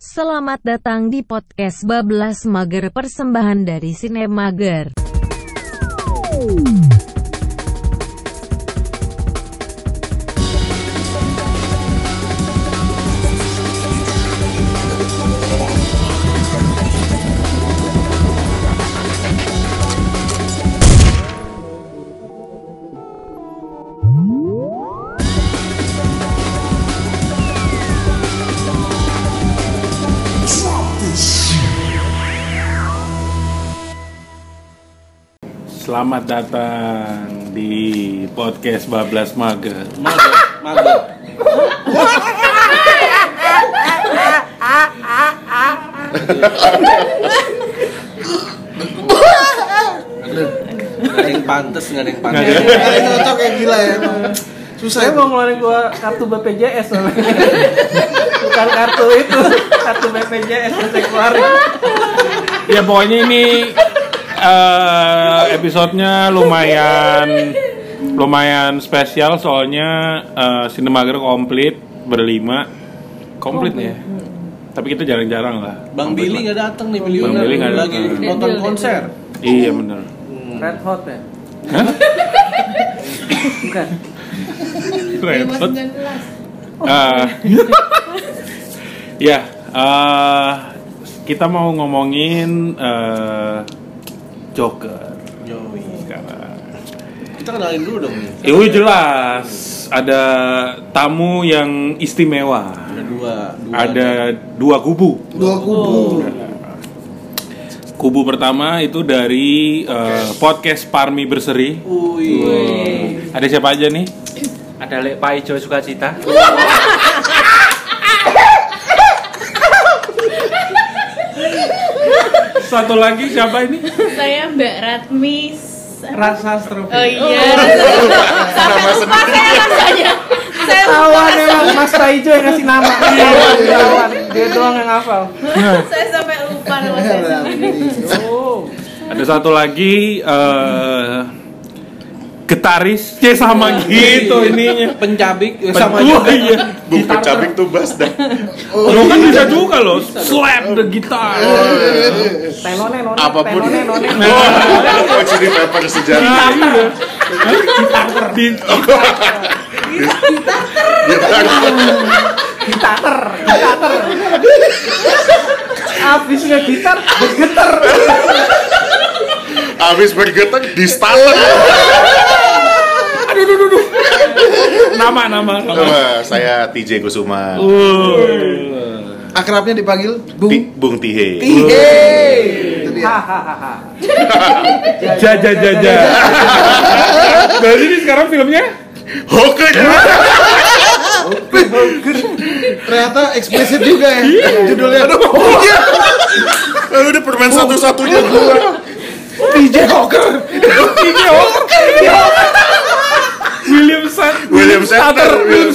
Selamat datang di podcast Bablas Mager, persembahan dari Sine Mager. Selamat datang di podcast Bablas Mager. Mager. Nggak ada yang pantes. Nggak ada yang cocok kayak gila ya. Susah. Saya mau ngeluarin gua kartu BPJS soalnya. Bukan kartu itu, kartu BPJS yang saya keluarin. Ya pokoknya ini episodenya lumayan spesial soalnya Sine Mager komplit berlima. Komplit ya. Tapi kita jarang-jarang lah. Bang Billy nggak datang nih, Billy Bang Billy nggak lagi datang. nonton konser. Iya benar. Red Hot ya? Hah? Bukan. Repot. Ya, kita mau ngomongin Joker. Yoi. Sekarang. Kita kenalin dulu dong nih. Itu jelas ada tamu yang istimewa. Ada dua kubu. Dua kubu. Kubu pertama itu dari podcast Parmi Berseri. Ada siapa aja nih? Ada Lek Paijo Sukacita. Satu lagi siapa ini? Saya Mbak Ratmi. Rasa strawberry. Oh iya. Sampai lupa saya rasanya. Saya lupa Tawan emang Mas Paijo yang ngasih nama. Tawan. Dia doang yang hafal. Saya sampai lupa nama saya sendiri. Oh. Ada satu lagi gitaris, sama gitu ininya. Pencabik sama Wah, juga. iya. Bukan cabik tuh bass dah. Lo kan bisa juga loh, slap the guitar. Tenone none. Apapun. Tenone none. Oh, Chili Pepper sejati. Gitater. Abisnya gitar bergetar. Abis bergetar di starter. Aduh. Nama. Saya TJ Kusuma. Akrabnya dipanggil Bung Tihe. Itu dia. Hahaha. Jaja. Berarti ini sekarang filmnya? Oke. Ternyata eksplisit juga ya judulnya. Udah permen satu-satunya gua. DJ Hawker. William Shatner.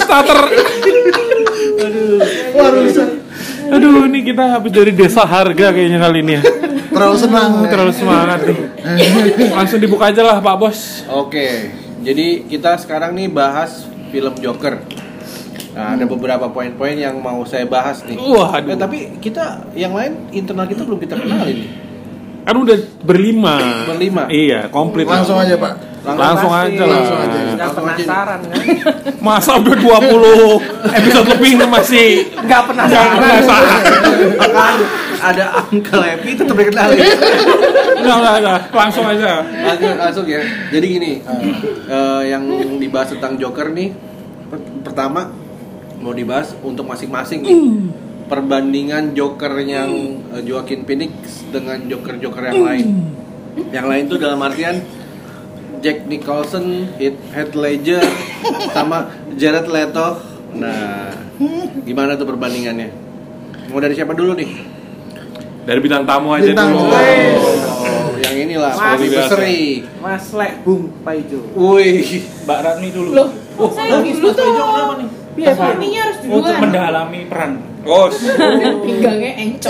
Wah, rusak. Aduh, ini kita habis dari desa harga kayaknya kali ini ya. Terlalu senang. Terlalu semangat nih. Langsung dibuka aja lah Pak Bos. Oke. Jadi kita sekarang nih bahas film Joker. Nah, ada beberapa poin-poin yang mau saya bahas nih. Waduh. Tapi kita yang lain internal kita belum kita kenalin nih. Kan udah berlima. Iya, komplit. Langsung aja, Pak. Langsung aja. Nggak penasaran kan? Masa udah 20 episode lebih ini masih Nggak penasaran. Makanya ada Uncle Happy tetap dikenalin. Enggak. Langsung aja. Langsung ya. Jadi gini, yang dibahas tentang Joker nih, pertama mau dibahas untuk masing-masing nih. Perbandingan Joker yang Joaquin Phoenix dengan Joker yang lain. Yang lain tuh dalam artian Jack Nicholson, Heath Ledger, sama Jared Leto. Nah, gimana tuh perbandingannya? Mau dari siapa dulu nih? Dari bintang tamu aja Bintang dulu. tamu. Oh, yang inilah Mas Parmi Berseri. Mas Lek Bung Paijo. Wih, Mbak Ratmi dulu. Loh, saya dulu tuh. Biar Suaminya harus Untuk duluan. mendalami peran. Oh, Pinggangnya encok.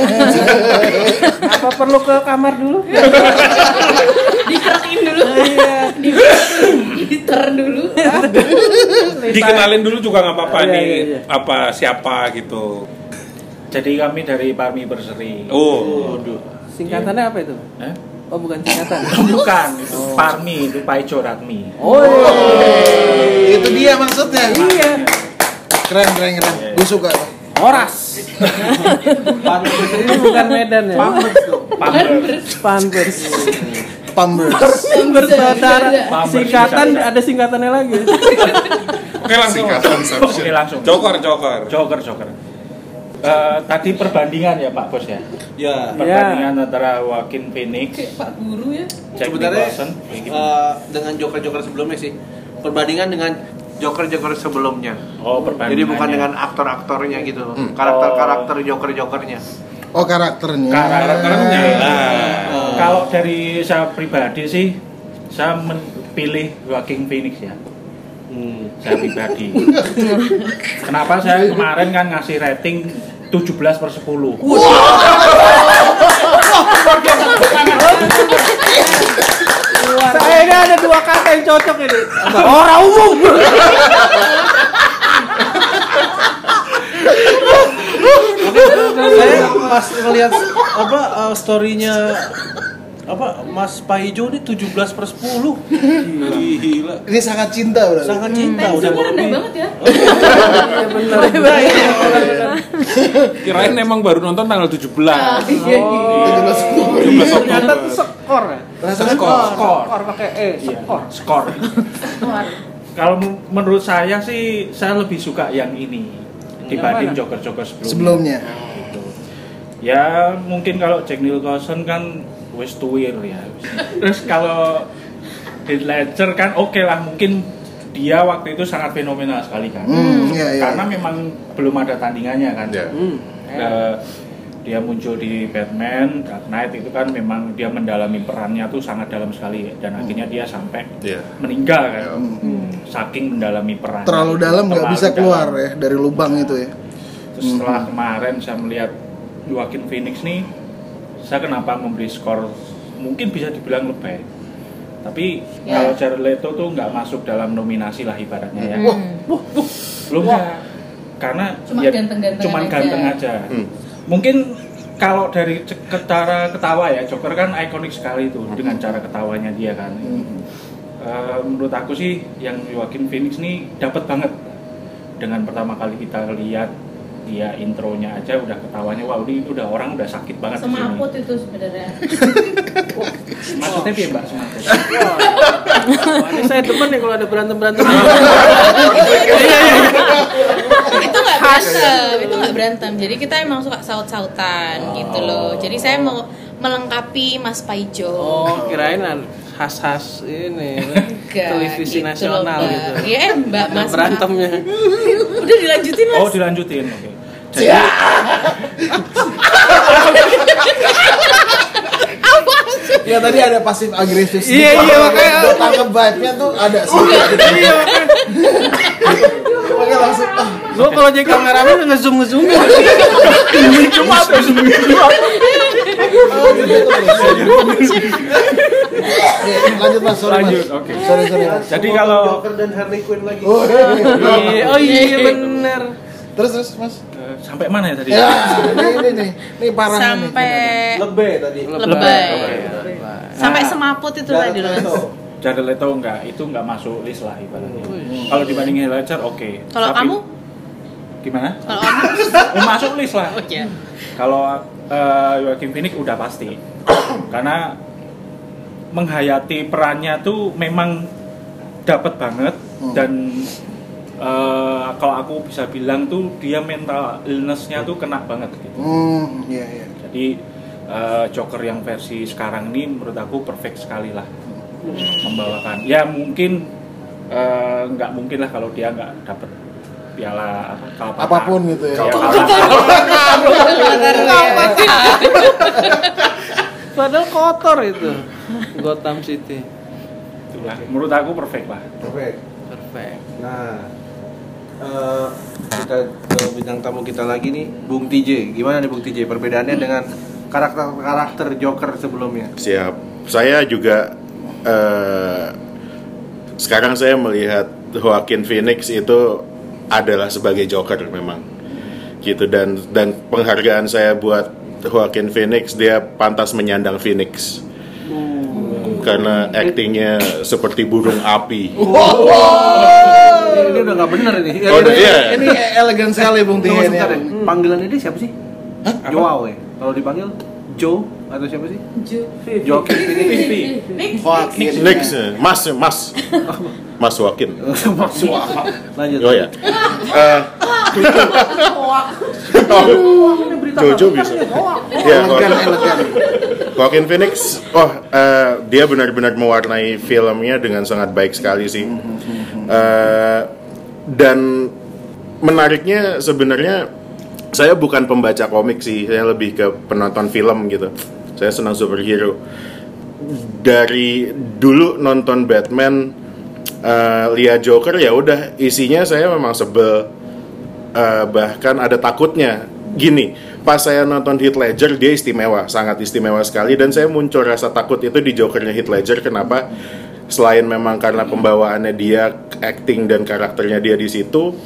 apa perlu ke kamar dulu? Dikerekin dulu. Diter dulu. dikenalin dulu juga nggak apa-apa Iya, nih iya. apa siapa gitu. Jadi kami dari Parmi Berseri. Oh. Singkatannya apa itu? Eh? Oh, bukan singkatan. Bukan, itu Parmi, itu Paijo Ratmi. Oh, Itu dia maksudnya. iya. Keren. Gue suka. Oras. Ini bukan Medan ya. Pampers. Saudara. Singkatan ada singkatannya lagi. Oke langsung. Oke langsung. Joker. Tadi perbandingan ya Pak Bos ya. Ya. Perbandingan antara Joaquin Phoenix, Pak Guru ya. Jack Sebenarnya Nicholson. dengan Joker sebelumnya sih. Perbandingan dengan Joker sebelumnya. Oh, perbandingannya. Jadi bukan dengan aktor-aktornya gitu loh. Karakter Jokernya. Oh, karakternya. Karakternya. Kalau dari saya pribadi sih, saya pilih Joaquin Phoenix ya. Saya pribadi. Kenapa saya kemarin kan ngasih rating 17/10. Saya ini ada 2 kata yang cocok ini. Orang umum. Saya pas ngeliat story-nya Mas Paijo ini 17/10. Gila. Ini sangat cinta udah. Sangat cinta udah Tensinya rendah lebih. banget ya. Kirain emang baru nonton tanggal 17. Iya. 17 Ternyata Oktober. skor ya. Skor pakai skor. Kalau menurut saya sih, saya lebih suka yang ini dibanding mana? Joker Sebelumnya. Gitu. Ya mungkin kalau Jack Nicholson kan wes tuir ya. Terus kalau Heath Ledger kan oke lah, mungkin dia waktu itu sangat fenomenal sekali kan. Iya. Karena memang belum ada tandingannya kan. Iya. Dia muncul di Batman, Dark Knight itu kan memang dia mendalami perannya tuh sangat dalam sekali dan akhirnya dia sampai Iya. meninggal kan. Saking mendalami perannya. Terlalu dalam nggak Terlalu bisa keluar dalam. ya dari lubang itu ya. Terus setelah kemarin saya melihat Joaquin Phoenix nih, saya kenapa memberi skor mungkin bisa dibilang lebih. Tapi kalau Jared Leto tuh nggak masuk dalam nominasi lah ibaratnya ya. Belum ya. Karena Cuma ya, ganteng-gantengan cuman aja. ganteng aja. Mungkin kalau dari cara ketawa ya, Joker kan ikonik sekali tuh dengan cara ketawanya dia kan. Menurut aku sih yang Joaquin Phoenix nih dapat banget. Dengan pertama kali kita lihat dia intronya aja udah ketawanya, wah ini udah orang udah sakit banget di sini. Semaput itu sebenarnya. Maksudnya piye Mbak semaput? Ini saya demen nih kalau ada berantem. Itu nggak berantem. Jadi kita emang suka saut-sautan gitu loh. Jadi saya mau melengkapi Mas Paijo. Oh, kirain khas-khas ini Enggak, televisi gitu nasional loh, Mbak. gitu. Iya, Mbak Mas. Berantemnya. Udah dilanjutin, Mas. Oh dilanjutin, oke. Jadi Ya tadi ada pasif agresif. Iya, makanya. Gue tangkap vibe-nya tuh ada sih. Iya, makanya. Makanya langsung Lu kalau jadi kameramen nge-zoom. cuma apa sih? lanjut Mas, sorry Mas. Lanjut, oke. Sorry Mas. Jadi kalau Joker dan Harley Quinn lagi. Oh iya bener. Terus Mas. sampai mana ya tadi? Ya, ini parah nih. Sampai Lebih tadi. lebay. Sampai semaput itu tadi loh. Jared Leto enggak, itu enggak masuk list lah ibaratnya. Kalau dibandingin Heath Ledger oke. Kalau Tapi- kamu? Gimana? Kalau kamu? Masuk list lah. Oh iya. Kalau Joaquin Phoenix udah pasti. Karena menghayati perannya tuh memang dapat banget dan kalau aku bisa bilang tuh dia mental illness-nya tuh kena banget gitu. Iya. Jadi Joker yang versi sekarang ini menurut aku perfect sekali lah membawakan. Ya mungkin nggak mungkin lah kalau dia nggak dapet piala apa Apapun gitu ya. Padahal kotor itu Gotham City. Itulah menurut aku perfect lah. Perfect. Perfect. Nah, kita ke bintang tamu kita lagi nih, Bung TJ. Gimana nih Bung TJ? Perbedaannya dengan karakter Joker sebelumnya? Siap. Saya juga sekarang saya melihat Joaquin Phoenix itu adalah sebagai Joker memang. gitu, dan penghargaan saya buat Joaquin Phoenix, dia pantas menyandang Phoenix karena aktingnya seperti burung api. Ini udah nggak bener ini. Oh, iya. Ini elegan sekali Bung Tunggu Tien. sebentar ya. Panggilan ini siapa sih? Joao ya. Kalau dipanggil Joe atau siapa sih? Joaquin Phoenix. Next, Mas Joaquin. Lanjut. Oh ya. Jojo bisa. Ya, Elegan. Joaquin Phoenix, dia benar-benar mewarnai filmnya dengan sangat baik sekali sih. Dan menariknya sebenarnya saya bukan pembaca komik sih, saya lebih ke penonton film gitu. Saya senang superhero. Dari dulu nonton Batman, lihat Joker ya udah isinya saya memang sebel. Bahkan ada takutnya. Gini, pas saya nonton Heath Ledger dia istimewa, sangat istimewa sekali, dan saya muncul rasa takut itu di Jokernya Heath Ledger. Kenapa? Selain memang karena pembawaannya dia, acting dan karakternya dia di situ,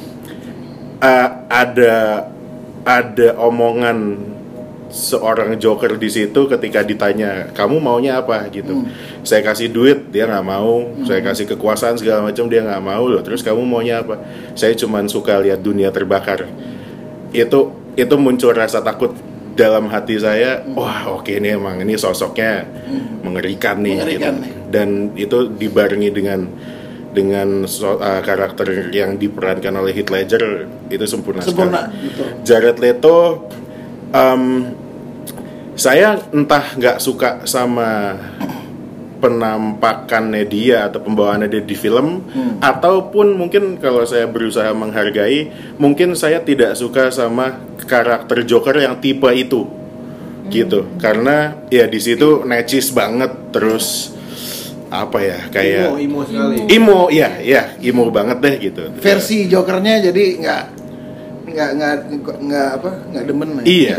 ada omongan seorang Joker di situ ketika ditanya kamu maunya apa gitu. Saya kasih duit, dia nggak mau. Saya kasih kekuasaan segala macam, dia nggak mau loh. Terus kamu maunya apa? Saya cuman suka lihat dunia terbakar. Itu muncul rasa takut dalam hati saya. Wah, oke, ini sosoknya mengerikan nih. Gitu. Dan itu dibarengi dengan karakter yang diperankan oleh Heath Ledger, itu sempurna sekali. Betul. Jared Leto, saya entah nggak suka sama penampakannya dia atau pembawaannya dia di film, ataupun mungkin kalau saya berusaha menghargai, mungkin saya tidak suka sama karakter Joker yang tipe itu, gitu. Karena ya di situ necis banget, terus apa ya, kayak imo sekali. Imo banget deh gitu. Versi Jokernya jadi nggak demen lah. Iya.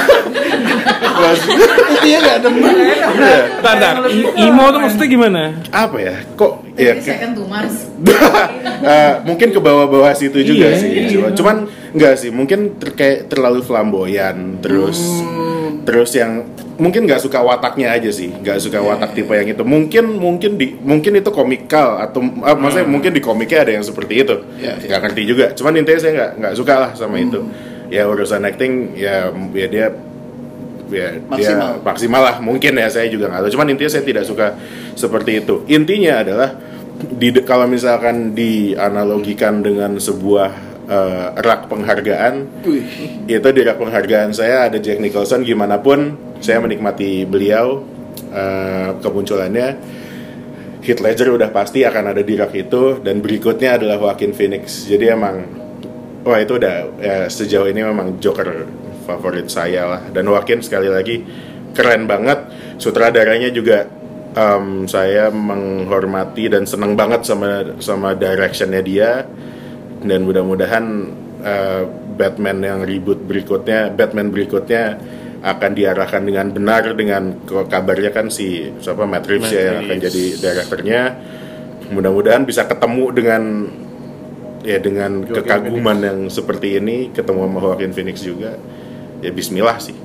Dia nggak demen. Tanda, imo tuh maksudnya gimana? Apa ya? Kok ya? Second to Mars. Mungkin ke bawah-bawah situ juga sih. Cuman enggak sih, mungkin kayak terlalu flamboyan, terus yang mungkin nggak suka wataknya aja sih, nggak suka watak tipe yang itu. Mungkin itu komikal atau maksudnya mungkin di komiknya ada yang seperti itu. Nggak ngerti juga. Cuman intinya saya nggak suka lah sama itu. Ya urusan acting ya dia maksimal lah mungkin ya, saya juga nggak tahu. Cuman intinya saya tidak suka seperti itu. Intinya adalah kalau misalkan dianalogikan dengan sebuah rak penghargaan, itu di rak penghargaan saya ada Jack Nicholson. Gimana pun saya menikmati beliau, kemunculannya. Heath Ledger udah pasti akan ada di rak itu, dan berikutnya adalah Joaquin Phoenix. Jadi emang itu udah ya, sejauh ini memang Joker favorit saya lah. Dan Joaquin sekali lagi keren banget. Sutradaranya juga saya menghormati dan seneng banget sama directionnya dia. Dan mudah-mudahan Batman berikutnya akan diarahkan dengan benar, dengan kabarnya kan Matt Reeves ya yang akan jadi direkturnya. Mudah-mudahan bisa ketemu dengan kekaguman yang seperti ini, ketemu sama Joaquin Phoenix juga. Ya bismillah sih.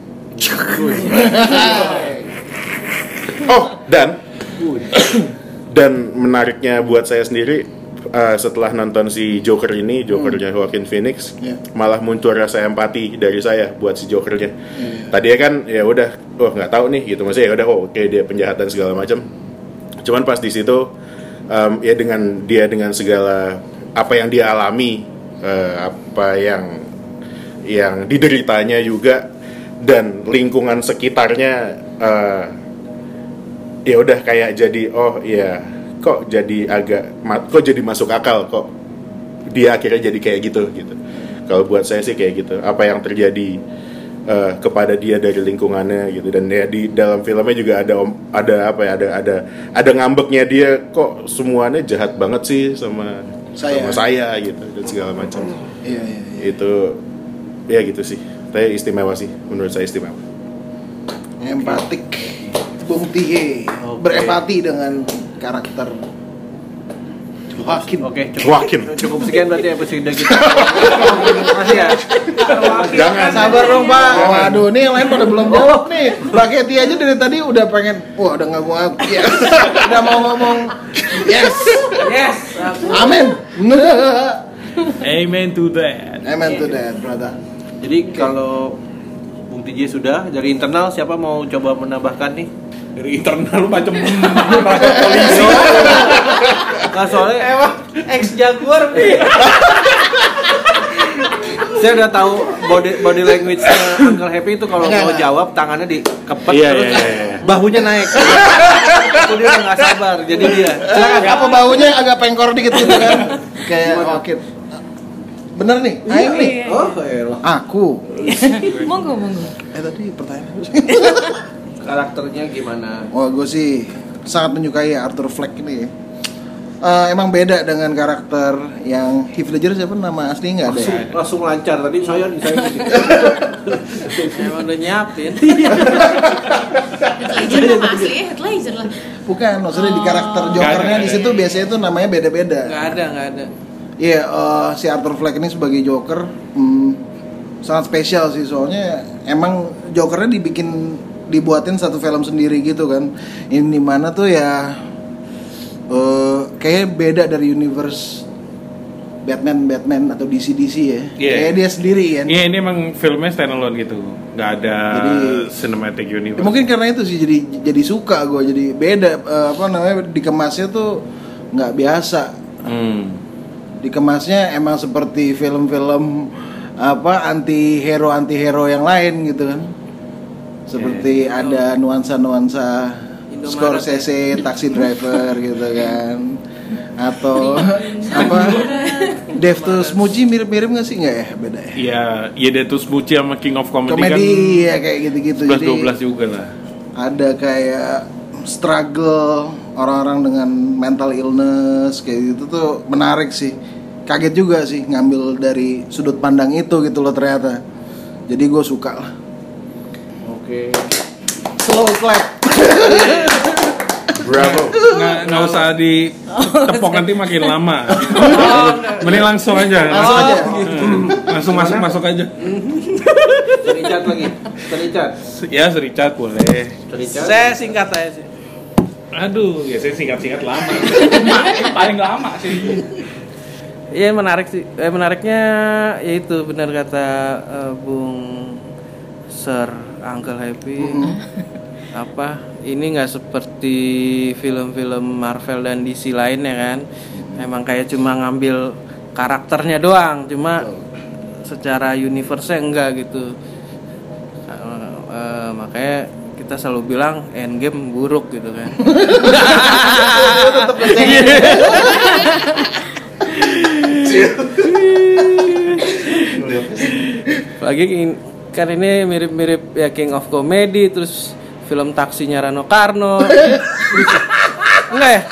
Dan menariknya buat saya sendiri, setelah nonton si Jokernya Joaquin Phoenix, malah muncul rasa empati dari saya buat si Jokernya. Tadinya kan ya udah, nggak tahu nih gitu, maksudnya ya udah oke, dia penjahat dan segala macam. Cuman pas di situ dengan segala apa yang dia alami, apa yang dideritanya juga, dan lingkungan sekitarnya, ya udah kayak jadi kok jadi masuk akal, kok dia akhirnya jadi kayak gitu. Kalau buat saya sih kayak gitu, apa yang terjadi kepada dia dari lingkungannya gitu. Dan ya di dalam filmnya juga ada ngambeknya dia, kok semuanya jahat banget sih sama saya gitu, dan segala macam. Itu ya gitu sih. Tapi istimewa sih, menurut saya istimewa. Empatik, Bung Tie berempati dengan karakter Joaquin. Oke, Joaquin. cukup sekian berarti episode kita. Terima kasih ya. Jangan. Sabar dong Pak. Waduh, nih yang lain pada belum jawab nih. Mbak Kety aja dari tadi udah pengen, wah udah ngaku-ngaku. Yes. Udah mau ngomong. Yes. Yes. Amin. Amen to that. Amen to that, brother. Jadi kalau Bung TJ sudah, dari internal siapa mau coba menambahkan nih? Dari internal macam polisi. Nah, soalnya Emang ex Jaguar nih. saya udah tahu body language-nya Uncle Happy itu kalau mau jawab tangannya dikepet Iya, terus iya, iya. bahunya naik. Itu dia udah nggak sabar. Jadi dia. Silakan. Apa baunya agak pengkor dikit gitu kan? Kayak Joaquin. Bener nih, Aing nih. Oh, elah. Aku. Monggo. Tadi pertanyaan. Karakternya gimana? Wah, gue sih sangat menyukai Arthur Fleck ini. Emang beda dengan karakter yang Heath Ledger, siapa nama asli nggak ada ya? Langsung lancar tadi saya Emang udah nyiapin. Heath Ledger nama asli Heath Ledger lah. Bukan, maksudnya di karakter Jokernya di situ biasanya tuh namanya beda-beda. Nggak ada. Iya, si Arthur Fleck ini sebagai Joker sangat spesial sih, soalnya emang Jokernya dibuatin satu film sendiri gitu kan. Ini dimana tuh ya kayaknya beda dari universe Batman atau DC ya. Yeah. Kayak dia sendiri kan. Iya, ini emang filmnya standalone gitu. Nggak ada cinematic universe. Mungkin karena itu sih jadi suka gue, jadi beda dikemasnya tuh nggak biasa. Dikemasnya emang seperti film-film anti hero yang lain gitu kan. Seperti ada nuansa Scorsese, Taxi Driver gitu kan. Atau Death to Smuji mirip-mirip nggak sih? Nggak ya, beda ya? Iya Death to Smuji sama King of Comedy kan ya kayak gitu-gitu. 11-12 juga lah. Ada kayak struggle orang-orang dengan mental illness kayak gitu tuh menarik sih. Kaget juga sih ngambil dari sudut pandang itu gitu loh ternyata. Jadi gue suka lah. Oke. Slow clap. Bravo. Nggak usah ditepok nanti makin lama. Mending langsung aja. Langsung masuk aja. Richard lagi. Richard. Ya, Richard boleh. Richard. Saya singkat aja sih. Aduh, ya saya singkat-singkat lama. Paling lama sih. Iya menarik sih. Menariknya yaitu benar kata Bung Sir Uncle Happy. Ini nggak seperti film-film Marvel dan DC lainnya kan. Emang kayak cuma ngambil karakternya doang, cuma secara universe-nya enggak gitu. Makanya kita selalu bilang Endgame buruk gitu kan. Lagi kan ini mirip-mirip ya King of Comedy, terus film taksinya Rano Karno. Enggak ya?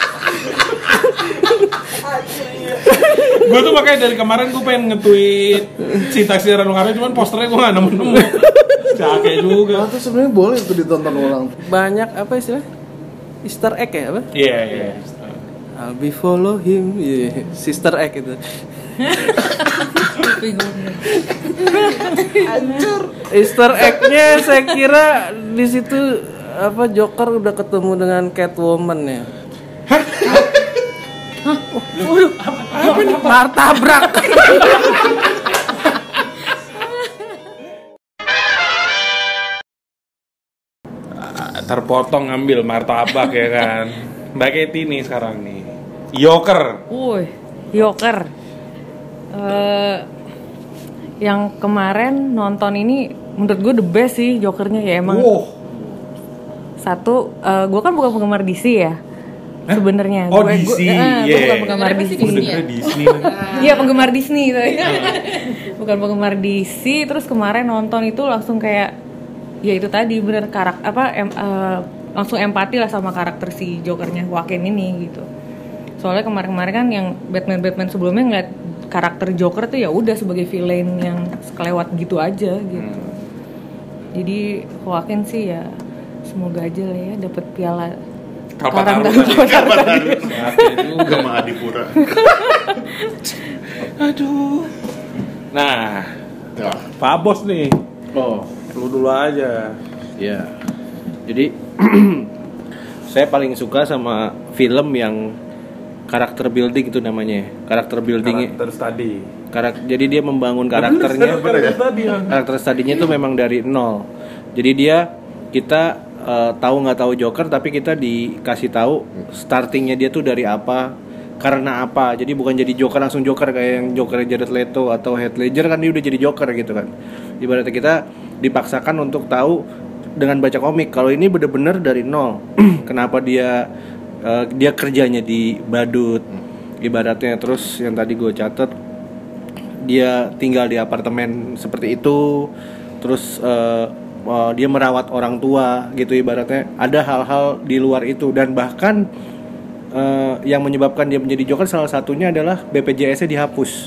Gue tuh makanya dari kemarin gue pengen nge-tweet si taksi Rano Karno, cuman posternya gue nggak nemu. Cakep juga. Itu sebenarnya boleh tuh ditonton ulang. Banyak apa istilah? Easter egg ya apa? Iya. I'll be follow him. Yeah. Sister egg itu. Easter egg-nya saya kira di situ Joker udah ketemu dengan Catwoman ya. Apa nih? Martabrak. Terpotong ngambil martabak ya kan. Mbak Kety nih sekarang nih. Joker. Joker. Yang kemarin nonton ini menurut gue the best sih Jokernya ya emang. Satu, gue kan bukan penggemar DC ya. Sebenarnya. Oh DC. Gue bukan penggemar DC. Disney. Iya penggemar Disney bukan penggemar DC. Terus kemarin nonton itu langsung kayak ya itu tadi bener langsung empati lah sama karakter si Jokernya Joaquin ini gitu. Soalnya kemarin kan yang Batman sebelumnya ngeliat karakter Joker tuh ya udah sebagai villain yang sekelewat gitu aja gitu. Jadi Joaquin sih ya semoga aja lah ya dapat piala Kalpataru tadi. Juga sama Adipura. Aduh. Nah, Ya. Pak Bos nih, Oh, lu dulu aja. ya. Jadi saya paling suka sama film yang karakter building itu namanya. Karakter building. Karakter study. Jadi dia membangun karakternya. Karakter studinya itu memang dari nol. Jadi kita tahu nggak tahu Joker, tapi kita dikasih tahu startingnya dia tuh dari apa, karena apa. Jadi bukan jadi Joker langsung Joker kayak yang Joker Jared Leto atau Heath Ledger kan dia udah jadi Joker gitu kan. Ibaratnya kita dipaksakan untuk tahu dengan baca komik. Kalau ini bener-bener dari nol. Kenapa dia kerjanya di badut ibaratnya. Terus yang tadi gue catat, dia tinggal di apartemen seperti itu. Terus dia merawat orang tua gitu ibaratnya. Ada hal-hal di luar itu. Dan bahkan yang menyebabkan dia menjadi Joker salah satunya adalah BPJS-nya dihapus.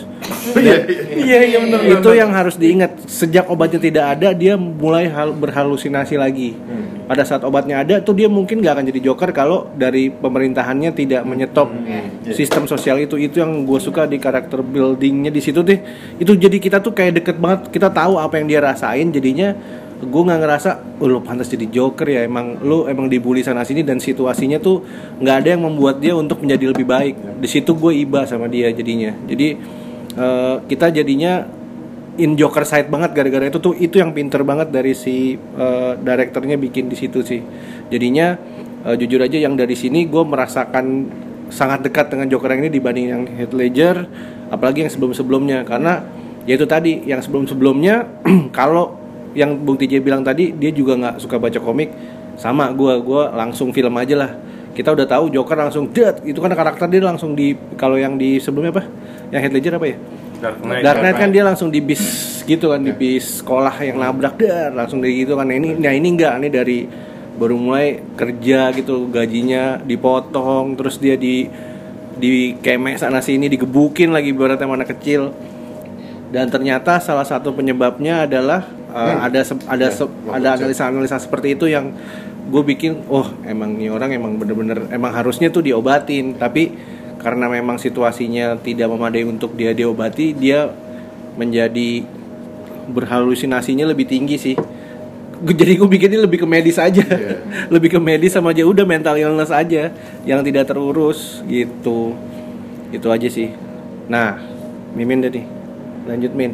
Iya benar. Itu yang harus diingat. Sejak obatnya tidak ada, dia mulai berhalusinasi lagi. Pada saat obatnya ada, tuh dia mungkin nggak akan jadi Joker kalau dari pemerintahannya tidak menyetop sistem sosial itu. Itu yang gue suka di karakter buildingnya di situ deh. Itu jadi kita tuh kayak deket banget. Kita tahu apa yang dia rasain. Jadinya gue nggak ngerasa, lu pantas jadi Joker ya. Lu emang dibully sana sini dan situasinya tuh nggak ada yang membuat dia untuk menjadi lebih baik. Di situ gue iba sama dia jadinya. Jadi kita jadinya in Joker side banget gara-gara itu yang pinter banget dari si direkturnya bikin di situ sih. Jadinya jujur aja yang dari sini gue merasakan sangat dekat dengan Joker yang ini dibanding yang Heath Ledger, apalagi yang sebelum-sebelumnya. Karena ya itu tadi yang sebelum-sebelumnya kalau yang Bung TJ bilang tadi dia juga nggak suka baca komik, sama gue langsung film aja lah. Kita udah tahu Joker langsung itu kan karakter dia langsung kalau yang di sebelumnya apa? Yang Heath Ledger apa ya? Dark Knight kan dia langsung di bis gitu kan, di bis sekolah yang nabrak langsung dari gitu kan. Ini enggak, ini dari baru mulai kerja gitu, gajinya dipotong, terus dia di kemek sana sini, digebukin lagi ibaratnya mana kecil. Dan ternyata salah satu penyebabnya adalah ada analisa seperti itu yang gue bikin, emang ini orang emang bener-bener emang harusnya tuh diobatin, tapi karena memang situasinya tidak memadai untuk dia diobati, dia menjadi berhalusinasinya lebih tinggi sih. Jadi gue bikinnya lebih ke medis aja, lebih ke medis sama aja udah mental illness aja yang tidak terurus gitu. Itu aja sih. Nah, Mimin deh nih, lanjut Min.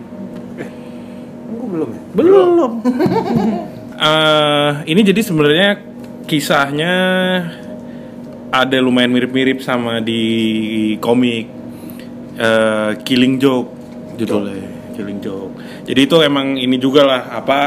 Gue belum ya? Belum. Ini jadi sebenarnya kisahnya ada lumayan mirip-mirip sama di komik Killing Joke judulnya. Killing Joke. Jadi itu emang ini juga lah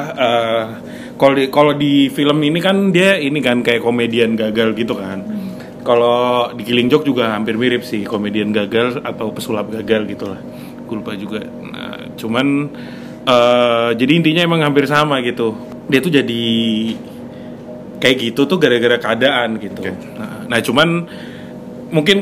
kalau di film ini kan dia ini kan kayak komedian gagal gitu kan. Kalau di Killing Joke juga hampir mirip sih, komedian gagal atau pesulap gagal gitulah. Gue lupa juga. Nah, cuman jadi intinya emang hampir sama gitu. Dia tuh jadi kayak gitu tuh gara-gara keadaan gitu. Okay. Nah cuman mungkin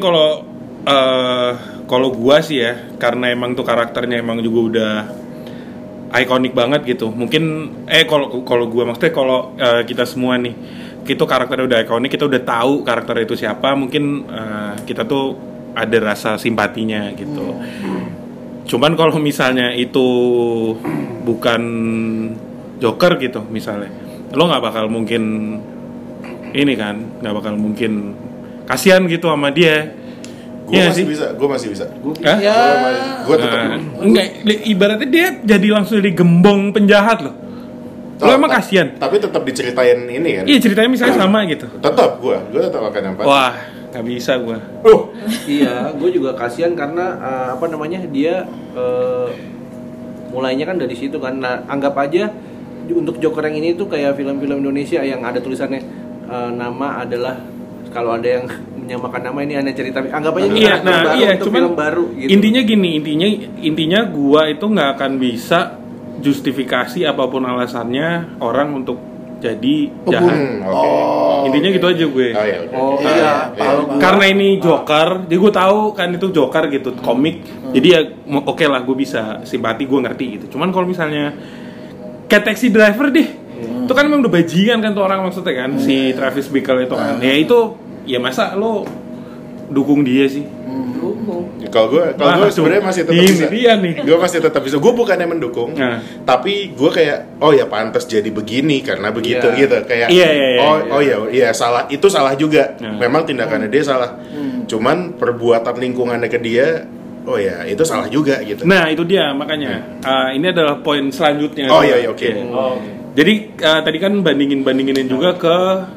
kalau gua sih ya, karena emang tuh karakternya emang juga udah ikonik banget gitu. Mungkin kalau gua maksudnya kalau kita semua nih, kita karakternya udah ikonik, kita udah tahu karakter itu siapa, mungkin kita tuh ada rasa simpatinya gitu. Cuman kalau misalnya itu bukan Joker gitu misalnya, lo nggak bakal mungkin ini kan, nggak bakal mungkin kasihan gitu sama dia. Gue masih bisa. Gue tetap enggak, ibaratnya dia jadi langsung jadi gembong penjahat loh. Lo emang kasihan. Tapi tetap diceritain ini kan. Iya, ceritanya misalnya sama gitu. Tetap gue tetap akan empati. Wah, nggak bisa gue. Iya, gue juga kasihan karena dia mulainya kan dari situ kan. Nah, anggap aja untuk Joker yang ini tuh kayak film-film Indonesia yang ada tulisannya nama adalah, kalau ada yang menyamakan nama ini hanya cerita, anggap aja untuk film baru gitu. Intinya gua itu nggak akan bisa justifikasi apapun alasannya orang untuk jadi jahat. Intinya gitu aja gue. Karena ini Joker, jadi gue tahu kan itu Joker gitu, komik. Jadi ya oke lah, gue bisa simpati, gue ngerti gitu. Cuman kalau misalnya kayak Taxi Driver deh, itu kan memang udah bajingan kan tuh orang maksudnya kan, si Travis Bickle itu kan. Ya itu ya masa lo dukung dia sih? Kalau gue sebenarnya masih tetap bisa. Dia nih. Gue masih tetap bisa. Gue bukannya mendukung, tapi gue kayak oh ya pantas jadi begini karena begitu gitu. Kayak salah itu salah juga. Memang tindakannya dia salah. Cuman perbuatan lingkungannya ke dia, oh ya itu salah juga gitu. Nah itu dia makanya. Ini adalah poin selanjutnya. Oh iya oke. Jadi tadi kan bandinginin juga ke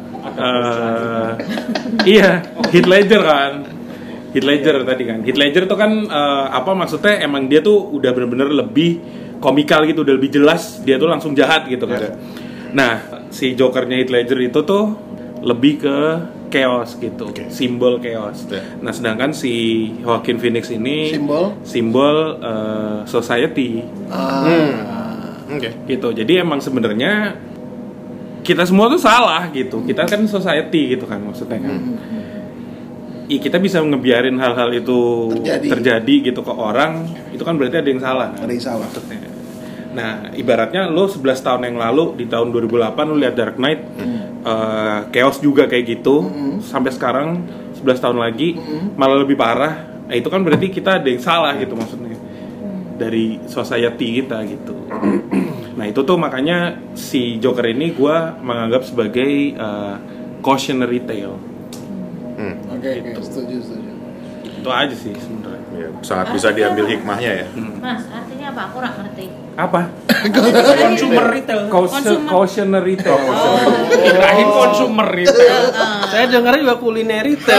Heath Ledger kan. Heath Ledger tadi kan. Heath Ledger tuh kan apa maksudnya emang dia tuh udah bener-bener lebih komikal gitu, udah lebih jelas dia tuh langsung jahat gitu kan. Nah, si Jokernya Heath Ledger itu tuh lebih ke chaos gitu, simbol chaos. Nah, sedangkan si Joaquin Phoenix ini simbol society. Gitu. Jadi emang sebenarnya kita semua tuh salah gitu. Kita kan society gitu kan maksudnya kan. Kita bisa ngebiarin hal-hal itu terjadi gitu ke orang, itu kan berarti ada yang salah. Ada yang salah. Nah, ibaratnya lo 11 tahun yang lalu di tahun 2008 lo lihat Dark Knight, chaos juga kayak gitu, sampai sekarang 11 tahun lagi malah lebih parah. Nah, itu kan berarti kita ada yang salah gitu maksudnya dari society kita gitu. Nah, itu tuh makanya si Joker ini gue menganggap sebagai cautionary tale. Oke, setuju. Itu aja sih sebenarnya. Ya, sangat bisa diambil hikmahnya ya. Mas, artinya apa? Aku nggak ngerti. Apa? Consumer retail. Cautionary retail. Kirain consumer retail. Saya dengar juga kuliner retail.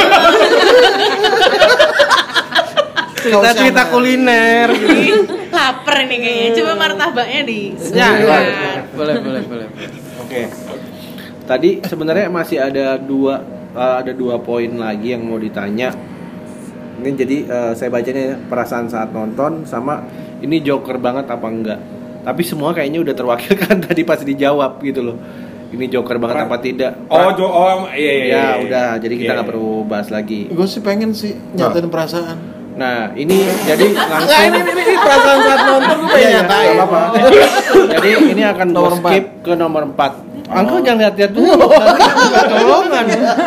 Cerita kuliner. Lapar nih kayaknya. Coba martabaknya di. Boleh. Oke. Tadi sebenarnya masih ada dua poin lagi yang mau ditanya. Ini jadi saya bacanya perasaan saat nonton sama ini Joker banget apa enggak. Tapi semua kayaknya udah terwakilkan tadi pas dijawab gitu loh. Ini Joker banget apa tidak? Iya. Udah. Jadi kita nggak perlu bahas lagi. Gue sih pengen sih nyatain perasaan. Nah, ini jadi langsung ini perasaan saat nonton gue pengen nyatain. Apa? Jadi ini akan skip ke nomor 4. Angkel jangan lihat-lihat dulu. Kecolongan.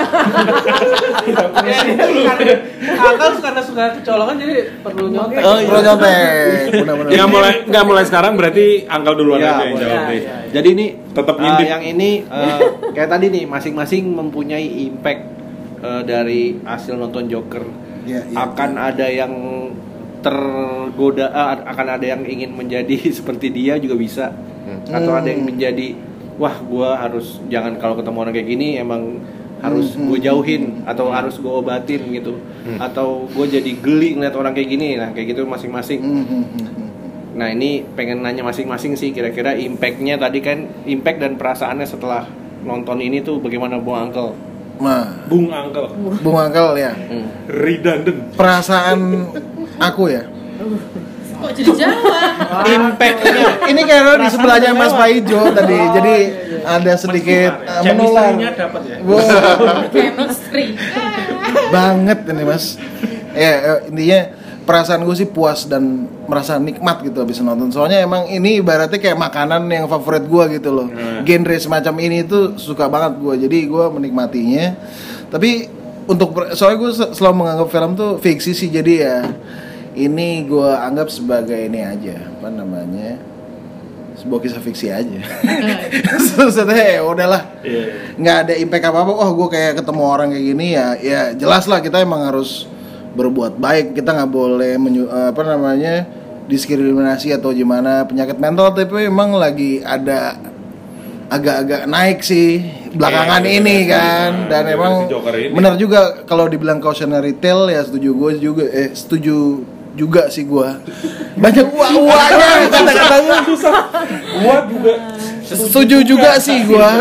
Angkel karena suka kecolongan jadi perlu nyontek. Perlu nyontek. Nggak mulai sekarang berarti Angkel duluan aja yang jawab deh. Jadi ini tetap ngintip. Yang ini kayak tadi nih masing-masing mempunyai impact dari hasil nonton Joker. Akan ada yang tergoda, akan ada yang ingin menjadi seperti dia juga bisa. Atau ada yang menjadi wah, gue harus jangan kalau ketemu orang kayak gini emang harus gue jauhin atau harus gue obatin gitu, atau gue jadi geli ngeliat orang kayak gini. Nah kayak gitu masing-masing. Nah ini pengen nanya masing-masing sih kira-kira impactnya tadi kan, impact dan perasaannya setelah nonton ini tuh bagaimana Bung Angkel? Bung Angkel ya. Redundant. Perasaan aku ya. Kok jadi Jawa? Impactnya ini karena di sebelahnya Mas Paijo tadi, jadi ada sedikit menular. Dapat ya. Chemistry. Banget ini Mas. Ya intinya perasaan gue sih puas dan merasa nikmat gitu habis nonton. Soalnya emang ini ibaratnya kayak makanan yang favorit gue gitu loh. Genre semacam ini tuh suka banget gue. Jadi gue menikmatinya. Tapi soalnya gue selalu menganggap film tuh fiksi sih, jadi ya ini gue anggap sebagai ini aja, apa namanya, sebuah kisah fiksi aja. Maksudnya ya udahlah, nggak ada impact apa-apa. Oh gue kayak ketemu orang kayak gini ya jelas lah kita emang harus berbuat baik. Kita nggak boleh diskriminasi atau gimana penyakit mental. Tapi emang lagi ada agak-agak naik sih belakangan ini kan. Dan emang benar juga kalau dibilang cautionary tale ya setuju juga sih gua. Banyak uangnya kata-katanya susah. Gua juga setuju juga sih gua.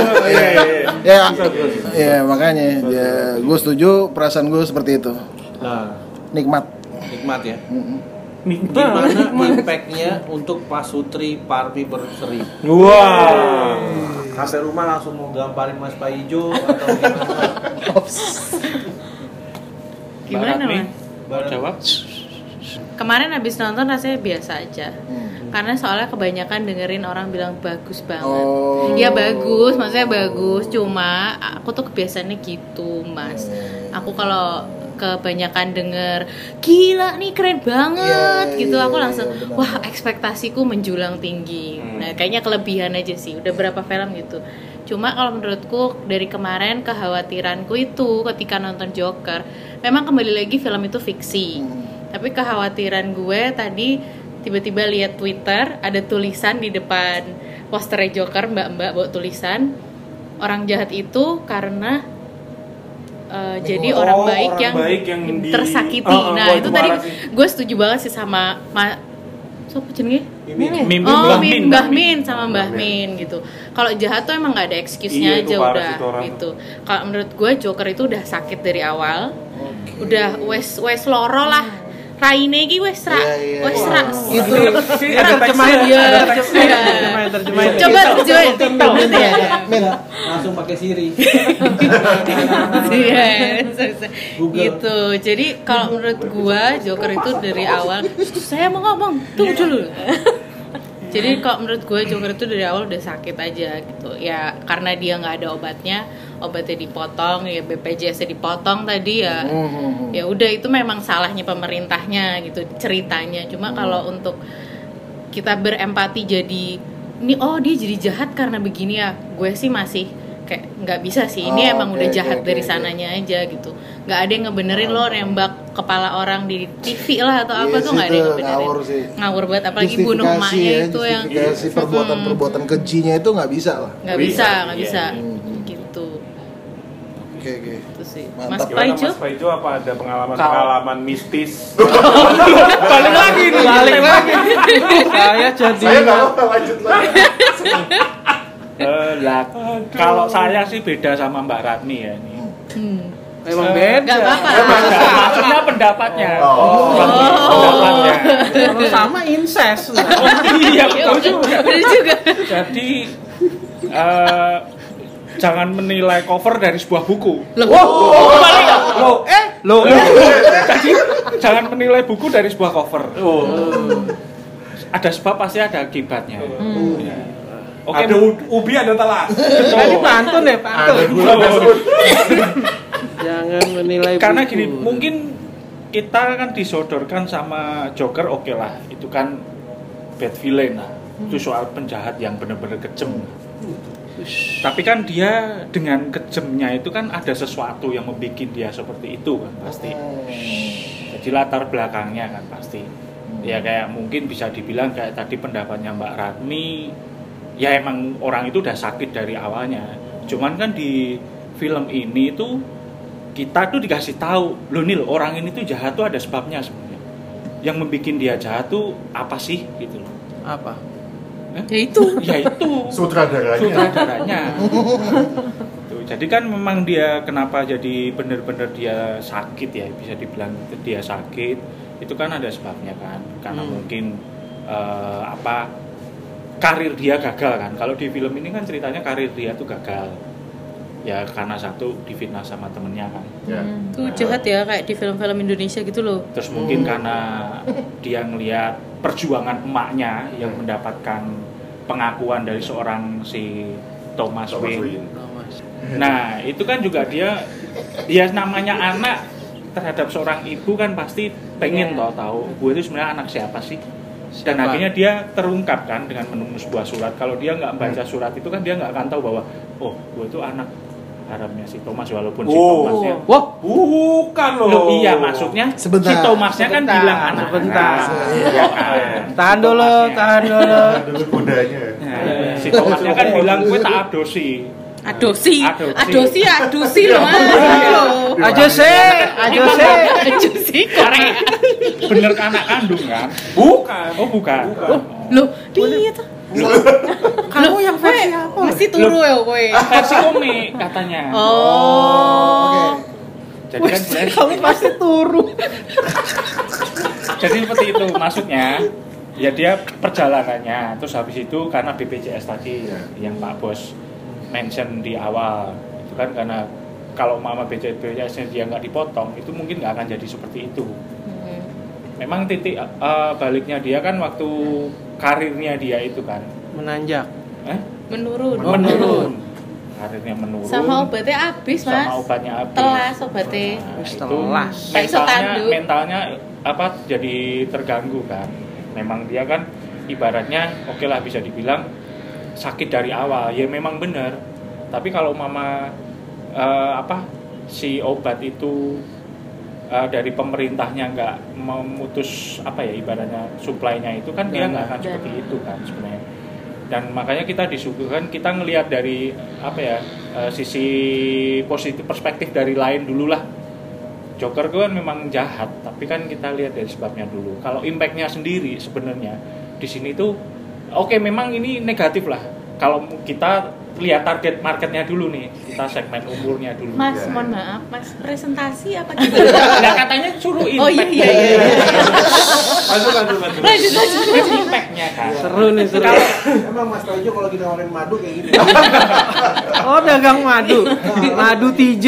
Ya makanya ya gua setuju, perasaan gua seperti itu. Nikmat ya. Gimana impactnya untuk Pak Sutri Parmi Berseri? Wah. Sampai rumah langsung mau gamparin Mas Paijo atau gimana? Gimana Mas? Jawab. kemarin habis nonton rasanya biasa aja. Karena soalnya kebanyakan dengerin orang bilang bagus banget. Ya bagus, maksudnya bagus. Cuma aku tuh kebiasaannya gitu, Mas. Aku kalau kebanyakan denger gila nih keren banget gitu, aku langsung wah ekspektasiku menjulang tinggi. Nah kayaknya kelebihan aja sih. Udah berapa film gitu. Cuma kalau menurutku dari kemarin kekhawatiranku itu ketika nonton Joker, memang kembali lagi film itu fiksi. Tapi kekhawatiran gue tadi tiba-tiba lihat Twitter ada tulisan di depan posternya Joker, mbak-mbak bawa tulisan orang jahat itu karena jadi orang baik yang tersakiti. Nah itu tadi gue setuju banget sih sama siapa jenenge? Mbah Min sama Mbah Min gitu. Kalau jahat tuh emang nggak ada excuse-nya aja udah gitu. Kalau menurut gue Joker itu udah sakit dari awal, udah wes loro lah. Raine iki wes ra itu terjemahin coba terjemahin langsung pakai Siri gitu. Jadi kalau menurut gua Joker itu dari awal saya mau ngomong tunggu dulu. Jadi kalau menurut gue Joker itu dari awal udah sakit aja gitu ya, karena dia nggak ada obatnya dipotong ya, BPJS-nya dipotong tadi ya. Ya udah itu memang salahnya pemerintahnya gitu ceritanya. Cuma kalau untuk kita berempati jadi ini dia jadi jahat karena begini ya, gue sih masih kayak nggak bisa sih. Ini emang udah jahat dari sananya aja gitu. Nggak ada yang ngebenerin lo nembak kepala orang di TV lah atau apa tuh, nggak ada yang ngebenerin. Ngawur banget, apalagi bunuh emaknya itu yang perbuatan kejinya itu nggak bisa lah. Nggak bisa gitu. Oke. Itu sih. Mantap. Mas Paijo apa ada pengalaman mistis? Balik lagi. Saya nggak mau lanjut lagi. Kalau saya sih beda sama Mbak Ratni ya ini. Emang beda. Gak apa-apa. Maksudnya pendapatnya. Pendapatnya. Kalau sama incest. Iya, betul juga. Jadi jangan menilai cover dari sebuah buku. Jadi jangan menilai buku dari sebuah cover. Ada sebab pasti ada akibatnya. Oke, ada ubi ada telas. Tadi pantun ya, pantun. Jangan menilai karena buku. gini, mungkin kita kan disodorkan sama Joker, oke lah, itu kan bad villain lah. Itu soal penjahat yang benar-benar kejam. Tapi kan dia dengan kejamnya itu kan ada sesuatu yang membuat dia seperti itu kan pasti. Jadi latar belakangnya kan pasti. Ya kayak mungkin bisa dibilang kayak tadi pendapatnya Mbak Ratni, ya emang orang itu udah sakit dari awalnya. Cuman kan di film ini tuh kita tuh dikasih tahu, loh Nil, orang ini tuh jahat tuh ada sebabnya sebenarnya. Yang membuat dia jahat tuh apa sih gitu loh. Apa? Ya itu. Sutradaranya. Tuh, jadi kan memang dia kenapa jadi benar-benar dia sakit ya, bisa dibilang dia sakit. Itu kan ada sebabnya kan. Karena mungkin karir dia gagal kan. Kalau di film ini kan ceritanya karir dia tuh gagal. Ya karena satu difitnah sama temennya kan. Tuh jahat ya kayak di film-film Indonesia gitu loh. Terus mungkin karena dia ngelihat perjuangan emaknya yang mendapatkan pengakuan dari seorang si Thomas Wayne. Nah itu kan juga dia namanya anak terhadap seorang ibu kan pasti pengen tahu gue itu sebenarnya anak siapa sih. Dan akhirnya dia terungkap kan dengan menemukan sebuah surat. Kalau dia nggak baca surat itu kan dia nggak akan tahu bahwa gue itu anak haramnya si Thomas, walaupun si Thomasnya bukan loh. Iya maksudnya Sebentar. si Thomasnya kan bilang anak. Tahan dulu. Dulu kudanya. Nah, si Thomasnya kan bilang gue tak adopsi. Adosi loh Mas. Adosi Korea. Bener ke anak kandung kan? Bukan. Oh bukan. Loh, dia tuh. Kamu yang versi apa? Mesti turu ya kowe. Versi komik katanya. Oh. Jadi kan sebenarnya Kamu pasti turu. jadi seperti itu maksudnya. Ya dia perjalanannya, terus habis itu karena BPJS tadi yang Pak Bos mention di awal itu kan karena kalau mama BPJS-nya dia nggak dipotong itu mungkin nggak akan jadi seperti itu. memang titik baliknya dia kan waktu karirnya dia itu kan Menanjak. Menurun. Karirnya menurun. Sama obatnya habis, Mas. Sama obatnya habis. Telas obatnya. Nah, itu mentalnya jadi terganggu kan. Memang dia kan ibaratnya oke lah bisa dibilang sakit dari awal. Ya memang benar. Tapi kalau si obat itu dari pemerintahnya nggak memutus ibaratnya suplainya itu kan dia nggak akan seperti itu kan sebenarnya. Dan makanya kita disuguhkan, kita ngelihat dari sisi positif, perspektif dari lain dulu lah. Joker kan memang jahat, tapi kan kita lihat dari sebabnya dulu. Kalau impactnya sendiri sebenarnya di sini tuh memang ini negatif lah. Kalau kita lihat target marketnya dulu nih, kita segmen umurnya dulu. Mas, mohon maaf, Mas, presentasi apa gitu? Nah, katanya suruh impact. Oh iya. Lanjut. Impactnya kan. Seru nih. Emang Mas Tojo kalau kita nawarin madu kayak gini. Oh, dagang madu. Madu TJ.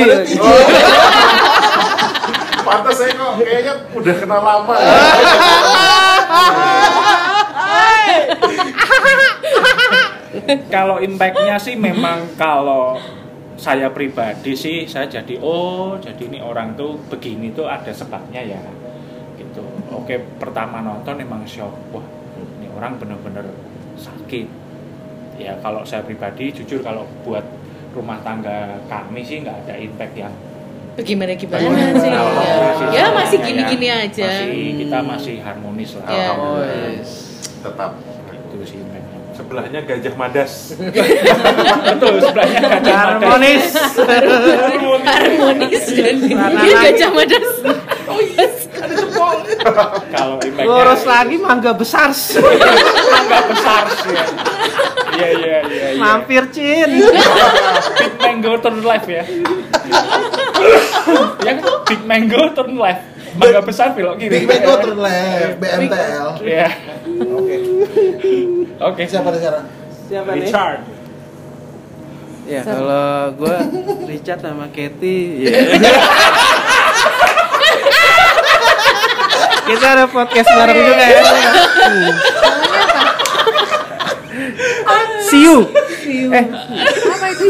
Pantas saya kok kayaknya udah kenal lama ya. Kalau impactnya sih memang kalau saya pribadi sih saya jadi ini orang tuh begini tuh ada sebabnya ya gitu. Pertama nonton emang shock, wah ini orang bener-bener sakit ya. Kalau saya pribadi jujur kalau buat rumah tangga kami sih nggak ada impact yang gimana sih ya masih gini-gini aja, kita masih harmonis lah. Tetap itu sih impactnya. Sebelahnya Gajah Madas. Betul, sebelahnya Gajah Harmonis. dan dia Gajah Madas. Oh yes, ada jempol. Kalau impactnya Lurus lagi Mangga Besar. Mangga Besar ya. Iya. Mampir Cin. Big Mango turn left ya. Yang Big Mango turn left. Mangga Besar belok kiri. Big Mango turn left, BMTL. Iya. Oke. Siapa sekarang? Siapa nih? Richard. Ya, kalau gue Richard sama Katy. Kita ada podcast bareng juga ya. See you. Apa itu?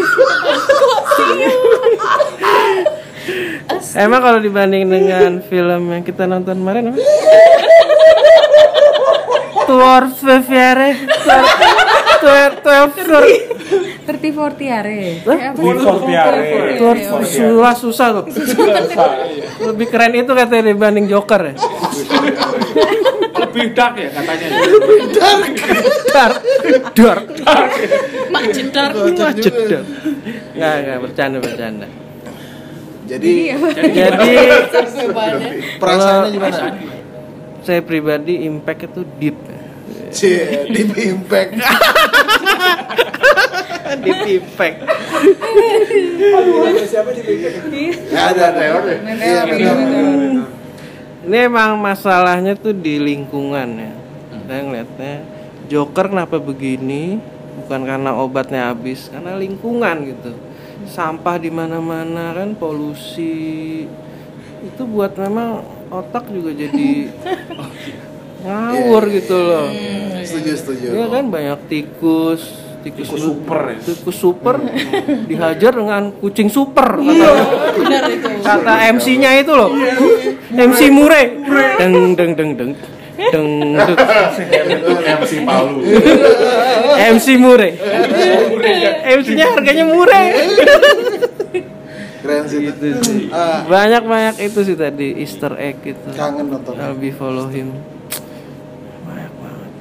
Emang kalau dibanding dengan film yang kita nonton kemarin apa? Tour Feviare 30-40 are. Susah tuh. Lebih keren itu katanya dibanding Joker ya. Lebih dark ya katanya. Dark. Majedar. Enggak bercanda. Jadi perasaannya gimana? Saya pribadi impact itu deep. Deep impact. Deep impact. Siapa di impact? Ada teor. Iya, benar. Ini emang masalahnya tuh di lingkungan ya. Saya ngeliatnya Joker kenapa begini? Bukan karena obatnya habis, karena lingkungan gitu. Sampah di mana-mana kan, polusi. Itu buat memang otak juga jadi ngawur gitu loh. Setuju. Iya kan banyak tikus super dihajar dengan kucing super kata MC-nya itu loh. MC Mure deng MC Palu. MC Mure MC-nya harganya murah. Keren sih itu. Banyak itu sih tadi Easter egg gitu. Kangen nonton. I'll be follow him. Banyak banget.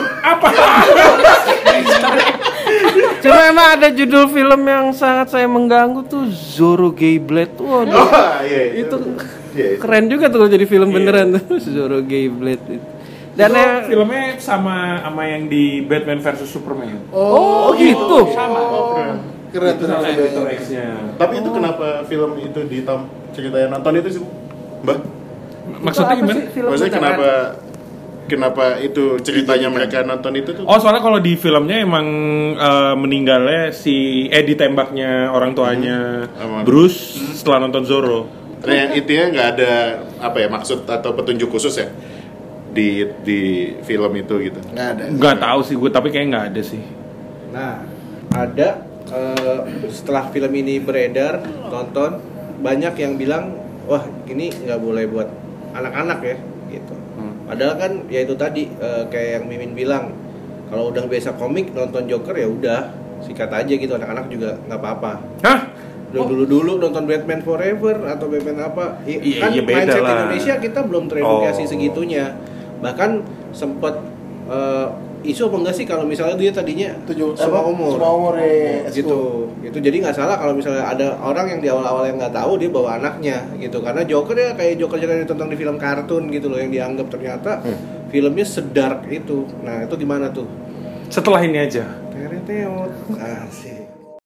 Cuma emang ada judul film yang sangat saya mengganggu tuh Zorro Gay Blade. Waduh. Itu keren juga tuh kalau jadi film beneran tuh Zorro Gay Blade itu. Dan filmnya sama yang di Batman versus Superman. Oh gitu. Sama. Keren tuh. Tapi itu kenapa film itu ceritanya nonton itu sih, Mbak? Maksudnya gimana? Maksudnya kenapa itu ceritanya mereka nonton itu tuh? Oh, soalnya kalau di filmnya emang meninggalnya ditembaknya orang tuanya Bruce setelah nonton Zorro. Nah, intinya nggak ada maksud atau petunjuk khusus ya di film itu gitu. Nggak ada. Nggak tahu sih gue, tapi kayak nggak ada sih. Nah, ada setelah film ini beredar, tonton, banyak yang bilang, wah ini nggak boleh buat anak-anak ya, gitu. Padahal kan ya itu tadi kayak yang Mimin bilang, kalau udah biasa komik nonton Joker ya udah sikat aja gitu, anak-anak juga nggak apa-apa. Hah? Dulu nonton Batman Forever atau Batman apa, kan iya, beda mindset lah. Indonesia kita belum teredukasi Oh. segitunya. Bahkan sempet isu apa enggak sih kalau misalnya dia tadinya semua umur ya, gitu. Jadi nggak salah kalau misalnya ada orang yang di awal-awal yang nggak tahu dia bawa anaknya gitu, karena Joker ya kayak Joker yang ditonton di film kartun gitu loh, yang dianggap ternyata filmnya sedark itu. Nah itu gimana tuh? Setelah ini aja. Tereteot. Asik.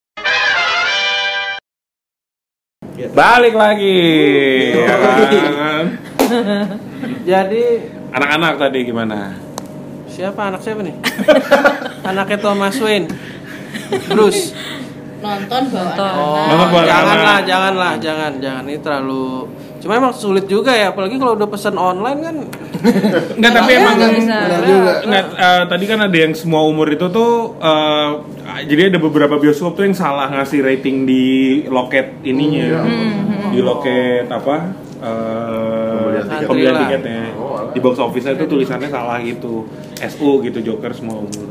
Ya. Balik lagi. Ya kan? Jadi Anak-anak tadi gimana? anak siapa nih? Anaknya Thomas Wayne. Bruce. Nonton bawa Nonton bawa anak-anak. Jangan. Ini terlalu. Cuma emang sulit juga ya, apalagi kalau udah pesan online kan. Enggak, tapi emang nggak bisa. Benar juga. Enggak, tadi kan ada yang semua umur itu tuh jadi ada beberapa bioskop tuh yang salah ngasih rating di loket ininya. Di loket apa? Pembelian tiketnya. Di box office-nya itu tulisannya salah gitu. SU gitu, Joker semua umur.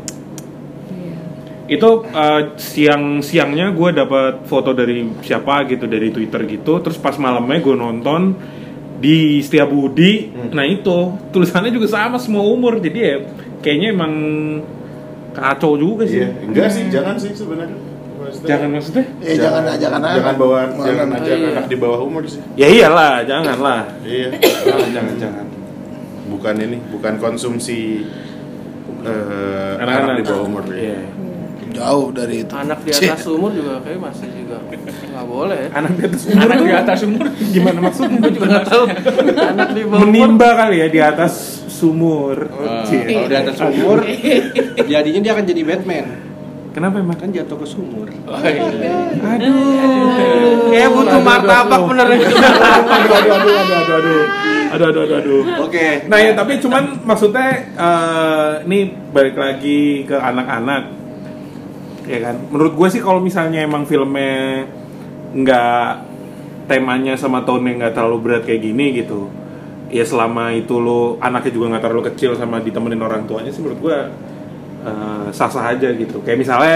Itu siangnya gue dapat foto dari siapa gitu, dari Twitter gitu. Terus pas malamnya gue nonton di Setiabudi. Nah itu tulisannya juga sama semua umur. Jadi ya kayaknya emang kacau juga sih. Iya, enggak sih, jangan sih sebenarnya. Maksudnya? Jangan ajak anak di bawah umur sih. Ya iyalah, janganlah. Iya. Jangan. Bukan konsumsi Anak-anak anak di bawah umur. Iya. Jauh dari itu. Anak di atas umur juga kayak masih juga nggak boleh. Anak di atas umur gimana maksudnya? Gue juga nggak tahu. Anak di bawah umur. Menimba kali ya di atas sumur. Kalau di atas sumur, jadinya dia akan jadi Batman. Kenapa emang? Kan jatuh ke sumur. Kayak butuh martabak bener. Aduh. Oke. Nah ya, tapi cuman maksudnya ini balik lagi ke anak-anak, ya kan? Menurut gue sih kalau misalnya emang filmnya nggak, temanya sama tone-nya nggak terlalu berat kayak gini gitu, ya selama itu lo anaknya juga nggak terlalu kecil sama ditemenin orang tuanya sih menurut gue sah-sah aja gitu. Kayak misalnya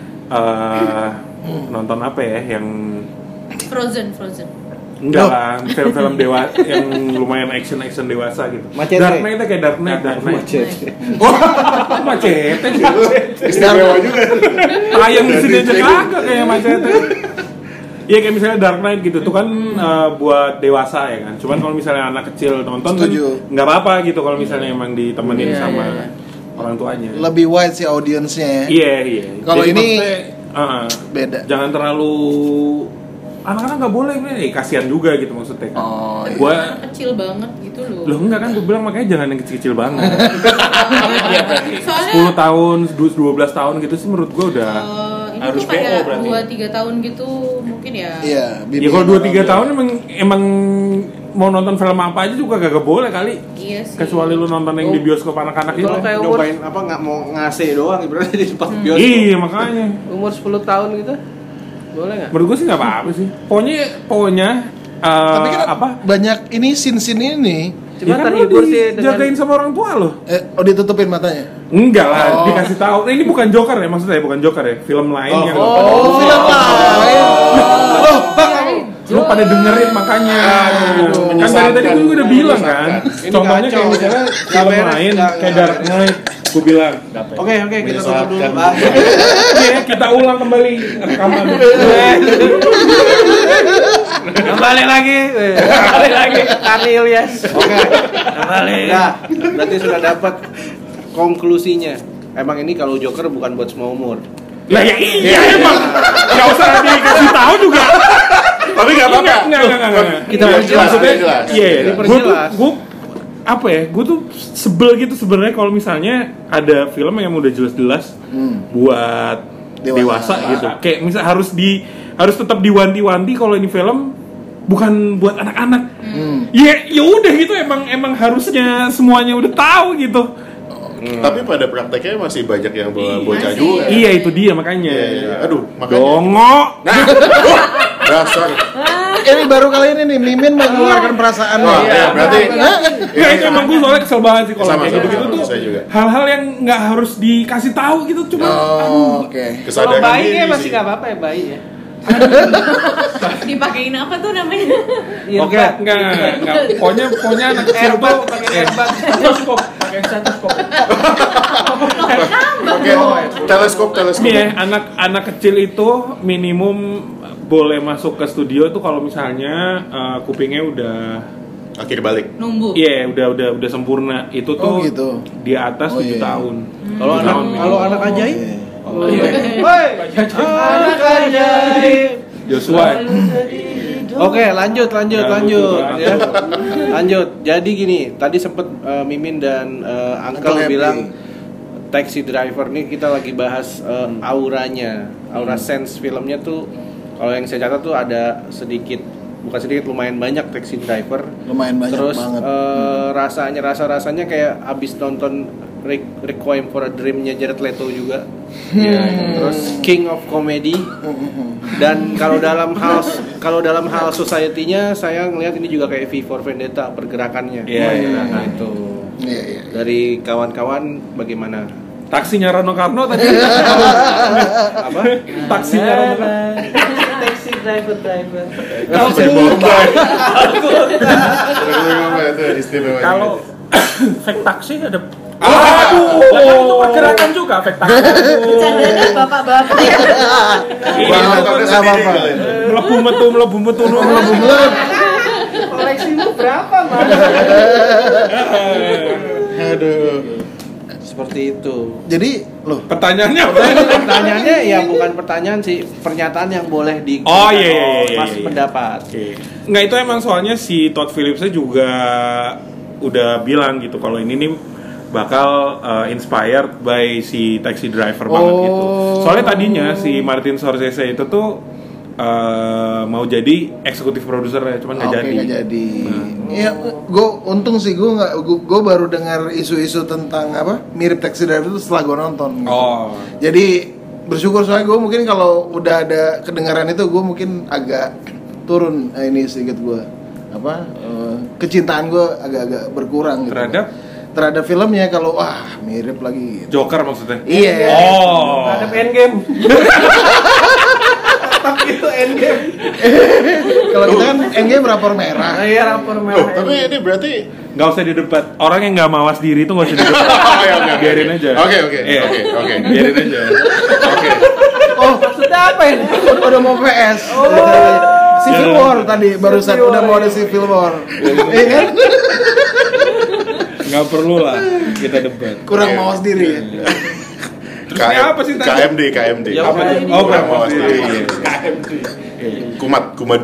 nonton apa ya yang Frozen. enggak lah, film-film dewa yang lumayan action dewasa gitu. Macete. Dark Knight kayak Dark Knight. Macete. Oh, Macete. Istimewa juga. Tayang di sini aja kagak kayak Macete. Iya kayak misalnya Dark Knight gitu tuh kan buat dewasa ya kan. Cuman kalau misalnya anak kecil nonton kan nggak apa-apa gitu kalau misalnya emang ditemenin sama orang tuanya. Lebih wide sih audiensnya ya. Iya. Kalau Jadi ini maksudnya, beda. jangan terlalu anak-anak nggak boleh nih, kasihan juga gitu maksudnya kan. Oh, iya. Gua Anak kecil banget gitu loh. loh enggak kan gue bilang makanya jangan yang kecil-kecil banget. Soalnya 10 tahun, 12 tahun gitu sih menurut gue udah ini harus tuh kayak PO berarti. 2-3 tahun gitu mungkin ya. Iya, Ya kalau 2-3 tahun emang mau nonton film apa aja juga gak boleh kali. Iya sih. Kecuali lu nonton yang di bioskop anak-anak itu. Kalau kayak umur Nyobain apa nggak mau ngasih doang ibaratnya di tempat bioskop. Iya makanya. umur 10 tahun gitu boleh nggak? Menurut gue sih nggak apa-apa sih. Pokoknya Tapi kan apa? banyak ini scene ini. Cuma Ya kan terhibur lu sih dengan dijagain sama orang tua lo. Ditutupin matanya. Enggak lah, dikasih tahu. Nah, ini bukan Joker ya maksudnya, bukan Joker ya. Film lain yang Film lain. Loh, lu pada dengerin makanya. Kan dari tadi gue udah bilang kan. Contohnya kayak misalnya film lain kayak Dark Knight, gue bilang. Oke, kita tutup dulu. Oke, kita ulang kembali rekaman. kembali lagi Karni Ilyas. Oke. Kembali. Nah, berarti sudah dapat konklusinya. Emang ini kalau Joker bukan buat semua umur. Lah ya iya emang. Enggak usah dikasih tahu juga. Tapi nggak apa-apa. Enggak. Kita perjelas. Maksudnya, Jelas. iya. Diperjelas. Gue apa ya? Gue tuh sebel gitu sebenarnya kalau misalnya ada film yang udah jelas-jelas buat dewasa gitu. Kayak misal harus tetap diwanti-wanti kalau ini film bukan buat anak-anak. Ya udah gitu, emang harusnya semuanya udah tahu gitu. Tapi pada prakteknya masih banyak yang bawa bocah juga. Iya, itu dia makanya. Iya. Aduh, makanya. Dongo. Nah, dasar. Ini baru kali ini nih Mimin mengeluarkan perasaan. Iya, berarti Nggak, itu emang gue soalnya kesel banget sih kalau Sama, kayak sama, gitu-gitu sama, tuh. saya juga. Hal-hal yang nggak harus dikasih tahu gitu, cuma Oke. Kalau kesadaran bayi diri kayak masih sih. nggak apa-apa ya bayi ya. Dipakein apa tuh namanya? Oke, enggak. Pokoknya anak kecil tuh pakai airbat. Stetoskop, pakai stetoskop. Oke, teleskop. nih ya, anak kecil itu minimum boleh masuk ke studio tuh kalau misalnya kupingnya udah Akhir balik. Numbuh. iya, udah sempurna. Itu tuh gitu. di atas 7 tahun. Kalau 7 tahun anak ajaib, Woi, anak ajaib. Joshua. Oke, lanjut Lanjut. ya. Lanjut. Jadi gini, tadi sempet Mimin dan Uncle Uncle Happy. bilang Taxi Driver nih kita lagi bahas auranya, aura sense filmnya tuh. Kalau yang saya catat tuh ada bukan sedikit, lumayan banyak Taxi Driver. Lumayan banyak Terus banget. rasanya kayak abis nonton Requiem for a Dream-nya Jared Leto juga. Terus King of Comedy. Dan kalau dalam hal society-nya saya ngelihat ini juga kayak V for Vendetta pergerakannya. Iya. Nah, itu. Iya. Dari kawan-kawan bagaimana? Taksinya Rano Karno tadi. Apa? Taksinya Rano Karno. Taxi driver. Kalau saya bawa itu istimewa. Kalau fake taksi ada. Aduh, Itu pergerakan juga fake taksi. Bercandanya bapak-bapak. Nggak apa-apa. Melebu metu. Koleksimu berapa, Mas? Aduh. Seperti itu. Jadi loh, Pertanyaannya apa? Pertanyaannya ya bukan pertanyaan sih, pernyataan yang boleh di Oh, iya. Mas pendapat. Nggak, itu emang soalnya si Todd Phillipsnya juga udah bilang gitu kalau ini nih bakal inspired by si Taxi Driver banget gitu. Soalnya tadinya si Martin Scorsese itu tuh mau jadi eksekutif produsernya, cuman nggak jadi. nggak jadi. Ya, gue untung sih gue baru dengar isu-isu tentang apa mirip Taxi Driver itu setelah gue nonton. Gitu. Oh. Jadi bersyukur soalnya gue mungkin kalau udah ada kedengaran itu gue mungkin agak turun ini sedikit gue apa kecintaan gue agak berkurang gitu. terhadap filmnya kalau wah mirip lagi gitu. Joker maksudnya? Iya. Oh. Ada Endgame. Tapi itu Endgame. Kalau kita kan Endgame rapor merah. Iya, rapor merah. Tapi ini berarti Nggak usah didebat. Orang yang nggak mawas diri itu nggak usah didebat. Oke. Biarin aja. Oke. Iya. Oke. Biarin aja. Oke. Oh, Maksudnya apa ini? udah mau PS. Civil War tadi barusan udah mau ada Civil War. Iya kan? Nggak perlu lah kita debat. Kurang mawas diri ya. Terusnya apa sih tadi? KMD. Ya, Apa tuh? Oh, kurang mawas diri. KMD. Kumat.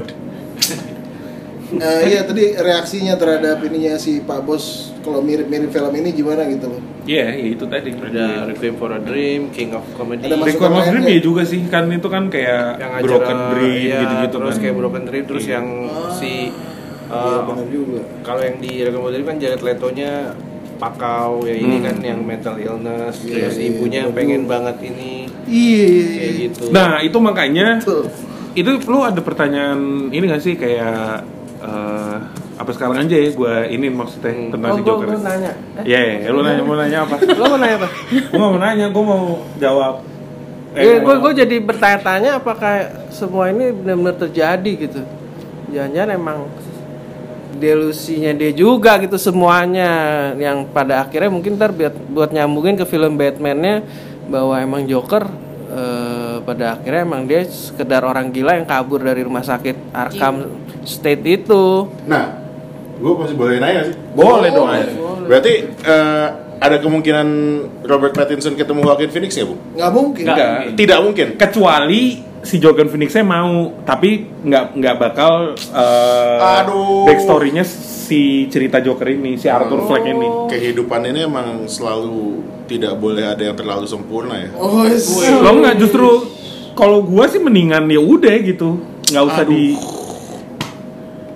Iya tadi reaksinya terhadap ininya si Pak Bos kalau mirip-mirip film ini gimana gitu loh. Iya, itu tadi. Ada Requiem for a Dream, King of Comedy. Ada Requiem of Dream lainnya. ya juga sih, kan itu kan kayak yang Broken Dream iya, gitu-gitu terus kan. kayak Broken Dream terus Iya. yang si Iya benar juga. kalau yang di Requiem for a Dream kan Jared Letonya pakau ya ini kan yang mental illness terus ibunya pengen banget ini kayak Iya. gitu. Nah, itu makanya Tuh. itu lu ada pertanyaan ini gak sih kayak apa sekarang aja ya gue ini maksudnya tentang si Joker. Gue nanya. Iya, lu mau nanya apa? Lo mau nanya apa? Gue mau nanya, gue mau jawab. Gue jadi bertanya-tanya apakah semua ini benar-benar terjadi gitu. Jangan-jangan emang delusinya dia juga gitu semuanya yang pada akhirnya mungkin ntar buat nyambungin ke film Batman-nya bahwa emang Joker pada akhirnya emang dia sekedar orang gila yang kabur dari rumah sakit Arkham State itu. Nah, gue masih boleh nanya sih. Boleh dong. Berarti ada kemungkinan Robert Pattinson ketemu Joaquin Phoenix ya, Bu? Nggak mungkin. Nggak. Tidak mungkin. Kecuali si Joaquin Phoenix-nya mau, tapi nggak bakal Aduh. backstory-nya si cerita Joker ini, si Arthur Fleck ini. Kehidupan ini emang selalu tidak boleh ada yang terlalu sempurna ya. Oh, Lo nggak, justru kalau gua sih mendingan ya udah gitu, nggak usah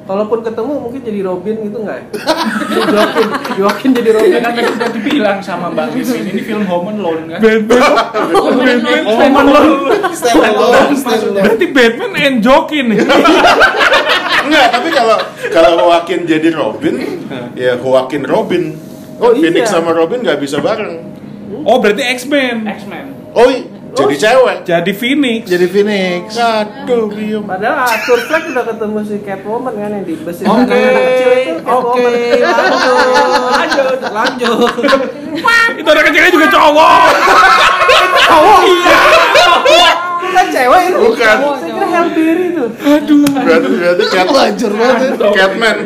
Kalaupun ketemu mungkin jadi Robin gitu nggak? Joaquin jadi Robin. Kan tadi udah dibilang sama Mbak Vivin, ini film Home Alone kan? Home Alone. Berarti Batman and Joaquin nih. Enggak, tapi kalau Joaquin jadi Robin, ya Joaquin Robin. Phoenix sama Robin nggak bisa bareng. Oh, berarti X-Men. Oh, jadi cewek. Jadi Phoenix. Aduh, Bium. Padahal Arthur Fleck udah ketemu si Catwoman kan yang di bus itu. Oke, lanjut. Itu orang kecilnya juga cowok. Iya. Bukan cewek itu. Bukan. Saya kira Halle Berry tuh. Berarti Lanjur banget. Catman.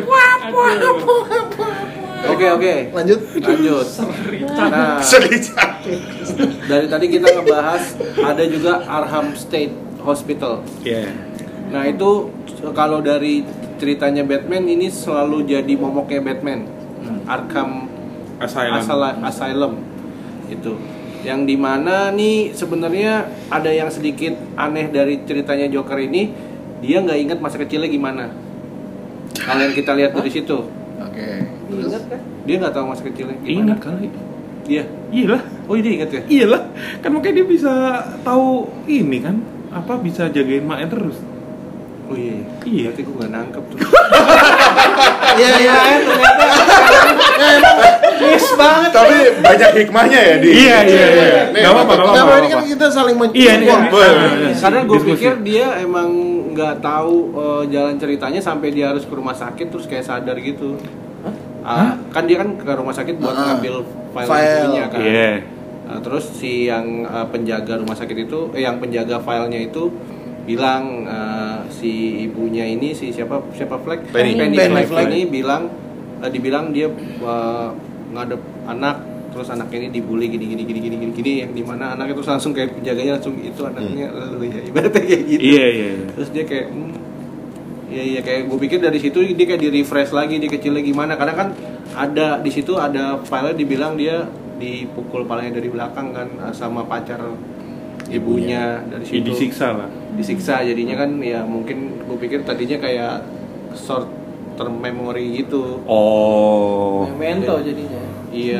Oke. Lanjut. Nah, dari tadi kita ngebahas ada juga Arkham State Hospital. Iya. Nah, itu kalau dari ceritanya Batman ini selalu jadi momoknya Batman. Arkham Asylum. Itu. Yang dimana nih sebenarnya ada yang sedikit aneh dari ceritanya Joker ini, dia nggak ingat masa kecilnya gimana. Kalau yang kita lihat dari situ. Oke. Ingat kan? Dia nggak tahu masa kecilnya gimana. Ingat kali. Iya. Iyalah. Oh, dia ingat ya? Iyalah. Kan makanya dia bisa tahu ini kan, apa bisa jagain maknya terus. Oh iya. Iya. Berarti gue nggak nangkep tuh. Iya. Ternyata emang miss banget. Tapi banyak hikmahnya ya di. Iya. Nih, Gak apa-apa. Nah, ini kan kita saling Iya. Karena gue pikir dia emang nggak tahu jalan ceritanya sampai dia harus ke rumah sakit terus kayak sadar gitu. Kan dia kan ke rumah sakit buat ngambil file-nya kan. Iya. Terus si yang penjaga rumah sakit itu, yang penjaga filenya itu bilang si ibunya ini si siapa Fleck? Penny Fleck ini dibilang dia ngadep anak, terus anaknya ini dibully gini yang dimana anaknya terus langsung kayak penjaganya langsung itu anaknya lu ya ibaratnya kayak gitu. Iya. Terus dia kayak iya kayak gue pikir dari situ dia kayak di refresh lagi dia kecilnya gimana, karena kan ada di situ ada file dibilang dia dipukul palanya dari belakang kan sama pacar ibunya dari situ. Disiksa jadinya kan ya mungkin gue pikir tadinya kayak short term memory gitu. Oh. Memento jadinya. Iya.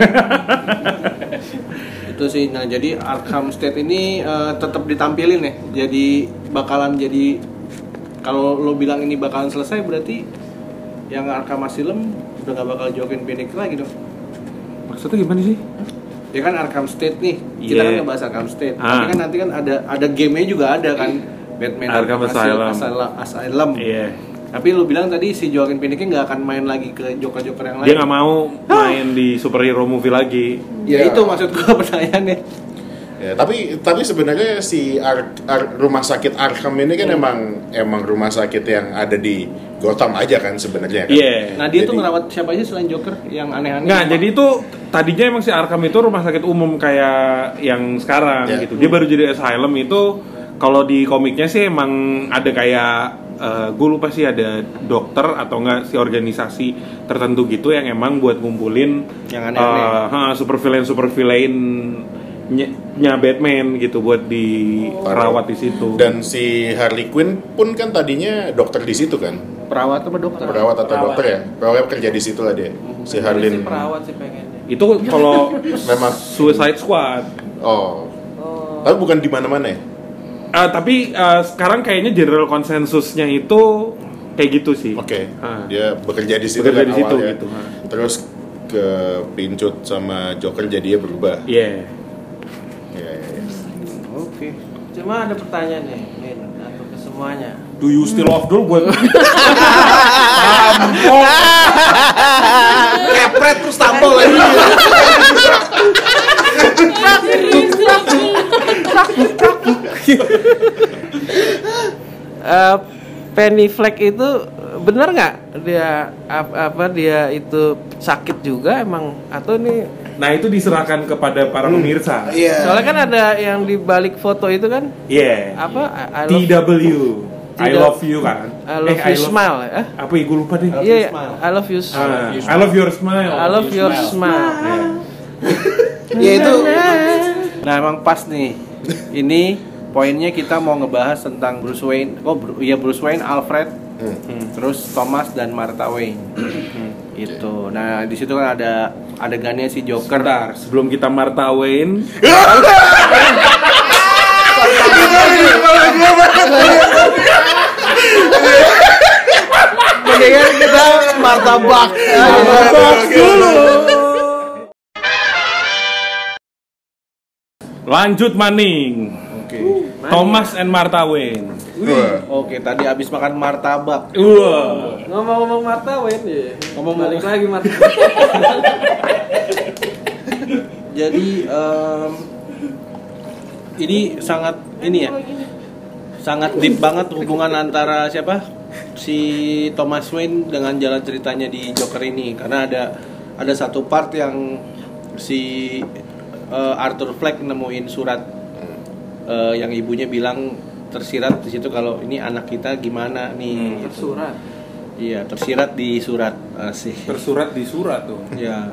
Itu sih. Nah, jadi Arkham State ini tetap ditampilin ya. Jadi bakalan jadi, kalau lo bilang ini bakalan selesai berarti yang Arkham Asylum udah gak bakal Joaquin Phoenix lagi dong. Maksudnya gimana sih? Ya kan Arkham State nih. Kita kan ngebahas Arkham State. Tapi kan nanti kan ada game-nya juga ada kan. Batman Arkham Asylum. Iya. Tapi lu bilang tadi si Joaquin Phoenix nggak akan main lagi ke Joker-Joker yang lain. Dia nggak mau main di superhero movie lagi. Ya itu maksud gua pertanyaannya. Ya, tapi sebenarnya si rumah sakit Arkham ini kan emang rumah sakit yang ada di Gotham aja kan sebenarnya kan. Iya. Nah, dia tuh ngerawat siapa aja selain Joker yang aneh-aneh? Nggak, jadi itu tadinya emang si Arkham itu rumah sakit umum kayak yang sekarang gitu. Dia baru jadi asylum itu. Kalau di komiknya sih emang ada kayak gue lupa sih ada dokter atau enggak si organisasi tertentu gitu yang emang buat ngumpulin yang aneh-aneh. supervillain Batman gitu buat dirawat di situ. Dan si Harley Quinn pun kan tadinya dokter di situ kan. Perawat apa dokter? Perawat atau dokter ya? Perawat kerja di situ lah dia. Si Harley. Perawat sih pengennya. Itu kalau memang Suicide Squad. Oh. Tapi bukan di mana-mana ya? Tapi sekarang kayaknya general konsensusnya itu kayak gitu sih. Oke. Dia bekerja di situ bekerja kan di situ awalnya. gitu. Terus ke pincut sama Joker jadi dia berubah. Iya. Oke. Cuma ada pertanyaan nih, Min, atau ke semuanya. Do you still love doll buat Kepret terus tampol lagi. Penny Fleck itu benar nggak dia dia itu sakit juga emang atau ini? Nah itu diserahkan kepada para pemirsa. Iya. Soalnya kan ada yang di balik foto itu kan? Iya. Apa? TW. I love you kan. I love you smile. Apa ya gue lupa deh. Iya. I love you smile. I love your smile. I love your smile. Ya itu. Nah emang pas nih. Ini poinnya kita mau ngebahas tentang Bruce Wayne. Bruce Wayne, Alfred Terus Thomas dan Martha Wayne. Itu. Nah, di situ kan ada adegannya si Joker. Bentar, sebelum kita Martha Wayne, mendingan kita martabak. dulu. Lanjut maning. Oke. Thomas and Martha Wayne. Oke, tadi habis makan martabak. Wah. Ngomong-ngomong Martha Wayne ya. Balik lagi Martha. Jadi ini sangat sangat deep banget hubungan antara siapa si Thomas Wayne dengan jalan ceritanya di Joker ini, karena ada satu part yang si Arthur Fleck nemuin surat yang ibunya bilang tersirat di situ kalau ini anak kita gimana nih. Tersurat. Iya, tersirat di surat sih. Tersurat di surat tuh. Ya.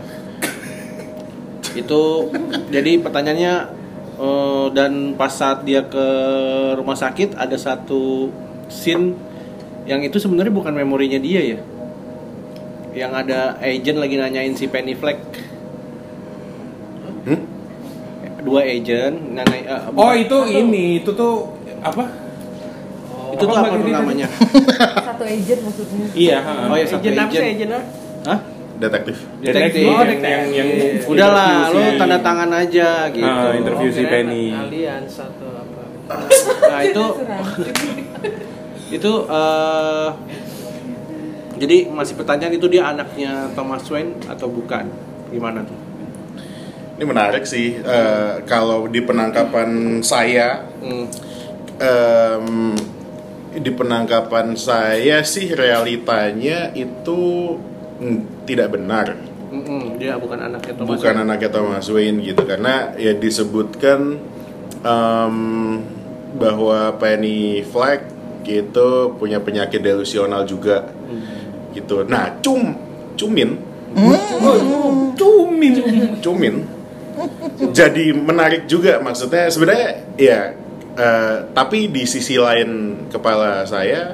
Itu jadi pertanyaannya dan pas saat dia ke rumah sakit ada satu scene yang itu sebenarnya bukan memorinya dia ya. Yang ada agent lagi nanyain si Penny Fleck. Dua agent itu tuh apa? Itu tuh apa namanya? Satu agent maksudnya. Iya, Oh ya, satu agent. Apa sih agent apa? Hah? Detektif. Detektif. yang Udahlah, interview lo si- tanda tangan aja gitu. interview si Penny. Allianz atau apa? Nah itu jadi masih pertanyaan itu dia anaknya Thomas Wayne atau bukan? Gimana tuh? Ini menarik sih. Kalau di penangkapan saya, di penangkapan saya sih realitanya itu tidak benar. Dia bukan anaknya Thomas. Bukan anaknya Thomas Wayne gitu, karena ya disebutkan bahwa Penny Fleck gitu punya penyakit delusional juga gitu. Nah, Cumin jadi menarik juga, maksudnya sebenarnya ya tapi di sisi lain kepala saya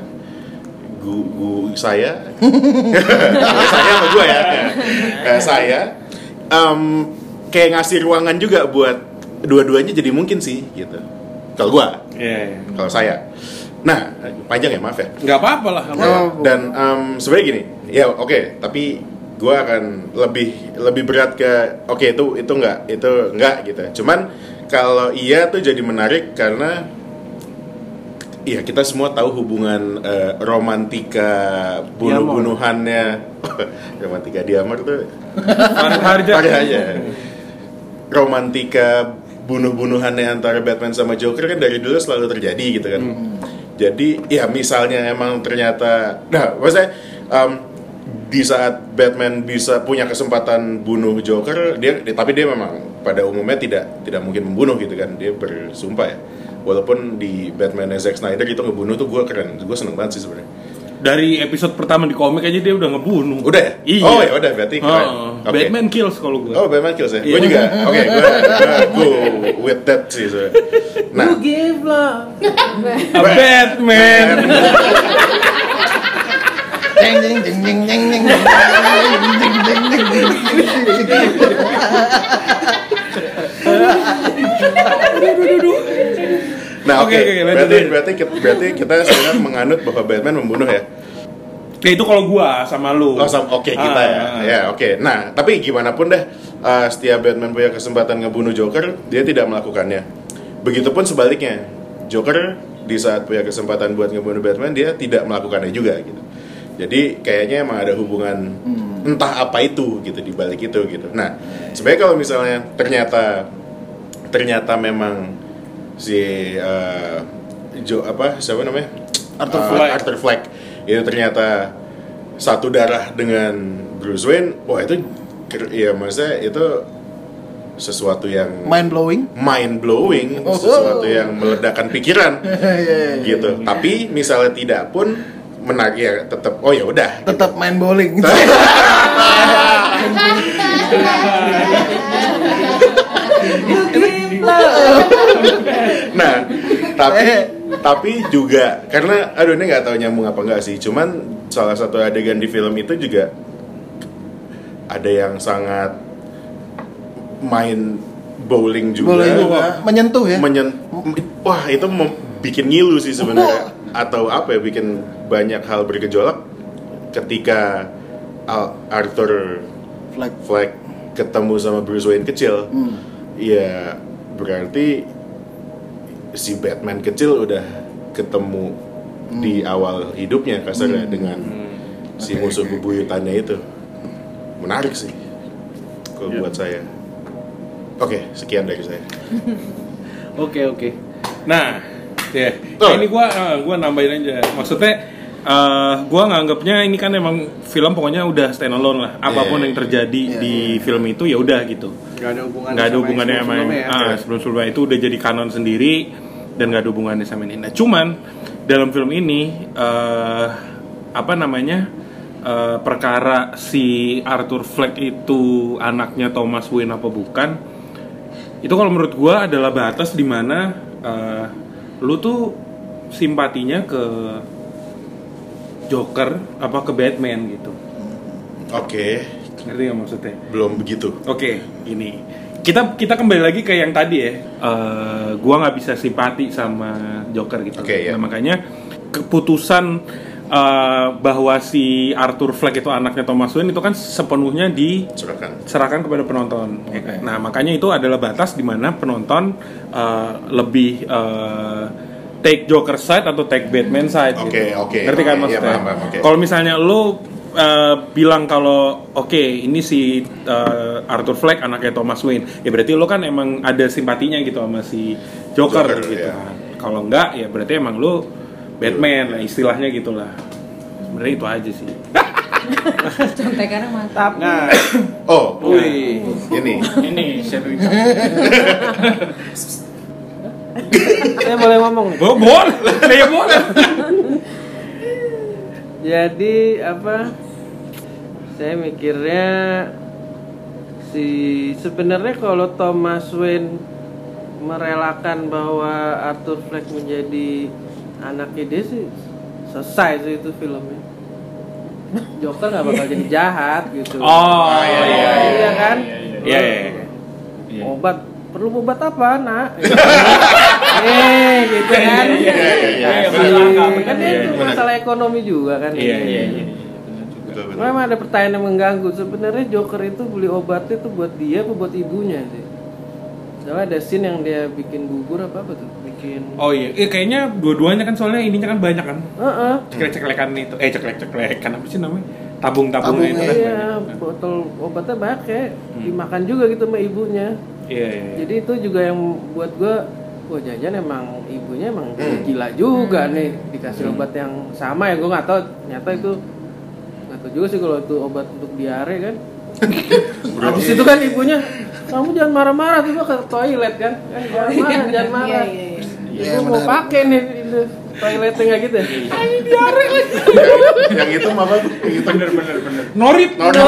saya sama gue ya saya kayak ngasih ruangan juga buat dua-duanya jadi mungkin sih gitu kalau gue kalau saya. Nah, panjang ya, maaf ya. Nggak apa-apa lah. Dan sebenarnya gini, ya oke, tapi gue akan lebih berat ke itu enggak gitu. Cuman kalau iya tuh jadi menarik karena iya kita semua tahu hubungan romantika bunuh-bunuhannya romantika Diamor tuh Harja aja. Romantika bunuh-bunuhannya antara Batman sama Joker kan dari dulu selalu terjadi gitu kan. Jadi ya misalnya emang ternyata maksudnya di saat Batman bisa punya kesempatan bunuh Joker, tapi dia memang pada umumnya tidak mungkin membunuh gitu kan, dia bersumpah ya. Walaupun di Batman Zack Snyder itu ngebunuh tuh gue keren, gue seneng banget sih sebenarnya. Dari episode pertama di komik aja dia udah ngebunuh. Udah ya? Iya. Oh ya udah berarti keren. Okay. Batman kills kalau gue. Oh Batman kills ya? Iya. Gue juga. Oke, gue go with that sih. Nah, You give love. A Batman. Jeng jeng jeng jeng jeng jeng nah oke. Oke, Berarti kita sebenarnya menganut bahwa Batman membunuh ya. Ya itu kalau gua sama lu. Oh, oke kita ya. Ya, oke. Nah, tapi gimana pun deh, setiap Batman punya kesempatan ngebunuh Joker, dia tidak melakukannya. Begitupun sebaliknya. Joker di saat punya kesempatan buat ngebunuh Batman, dia tidak melakukannya juga gitu. Jadi kayaknya emang ada hubungan entah apa itu gitu di balik itu gitu. Nah, sebenarnya kalau misalnya ternyata memang si siapa namanya? Arthur Fleck itu ternyata satu darah dengan Bruce Wayne. Wah, itu ya maksudnya itu sesuatu yang mind blowing, sesuatu yang meledakkan pikiran gitu. Tapi misalnya tidak pun menarik ya tetap ya udah tetap main bowling. Nah, tapi Tapi juga karena aduh ini nggak tahu nyambung apa enggak sih. Cuman salah satu adegan di film itu juga ada yang sangat main bowling juga. Menyentuh ya. Wah itu bikin ngilu sih sebenarnya. Atau apa ya, bikin banyak hal bergejolak ketika Arthur Fleck ketemu sama Bruce Wayne kecil. Ya berarti si Batman kecil udah ketemu di awal hidupnya kasarnya dengan si musuh bebuyutannya itu. Menarik sih kalau buat saya. Oke, sekian dari saya. Oke. Nah, ya. Ini gua nambahin aja. Maksudnya gua nganggapnya ini kan emang film pokoknya udah stand alone lah. Apapun yang terjadi di film itu ya udah gitu. Gak ada hubungannya sama sebelum-sebelumnya itu udah jadi kanon sendiri dan gak ada hubungannya sama ini. Nah, cuman dalam film ini perkara si Arthur Fleck itu anaknya Thomas Wayne apa bukan? Itu kalau menurut gua adalah batas di mana lu tuh simpatinya ke Joker apa ke Batman gitu. Oke. Ngerti nggak maksudnya? Belum begitu. Oke, ini kita kembali lagi ke yang tadi ya. Gua nggak bisa simpati sama Joker gitu. Nah, makanya keputusan bahwa si Arthur Fleck itu anaknya Thomas Wayne itu kan sepenuhnya diserahkan kepada penonton. Nah, makanya itu adalah batas di mana penonton lebih take Joker side atau take Batman side. Ngerti kan maksudnya? Kalau misalnya lu bilang kalau ini si Arthur Fleck anaknya Thomas Wayne, ya berarti lu kan emang ada simpatinya gitu sama si Joker gitu kan. Kalau enggak ya berarti emang lu Batman, istilahnya gitulah. Sebenarnya itu aja sih. Contekannya mantap. Nah, ini sharing. Saya boleh ngomong nih? Boleh. Jadi saya mikirnya sebenarnya kalau Thomas Wayne merelakan bahwa Arthur Fleck menjadi anaknya dia sih selesai sih itu filmnya. Joker nggak bakal jadi jahat gitu. Iya kan? Iya. Perlu obat apa, Nak? Gitu kan? Kan itu masalah ekonomi juga kan? Iya. Memang ada pertanyaan yang mengganggu. Sebenarnya Joker itu beli obatnya tuh buat dia apa buat ibunya sih? Soalnya ada scene yang dia bikin bubur apa tuh? Kayaknya dua-duanya kan soalnya ininya kan banyak kan. Ceklek-ceklekan itu. Ceklek-ceklekan apa sih namanya? Tabung-tabungnya itu kan. Iya, botol obatnya banyak kayak dimakan juga gitu sama ibunya. Iya. Jadi itu juga yang buat gue, jajan emang ibunya emang gila juga nih dikasih obat yang sama ya. Gue nggak tahu, ternyata itu nggak tahu juga sih kalau itu obat untuk diare kan. Habis itu kan ibunya, kamu jangan marah-marah tiba ke toilet kan? Jangan marah. Ibu mau pakai nih itu toiletnya nggak gitu ya? Ini diare lagi. Yang itu apa tuh? Bener. Norit.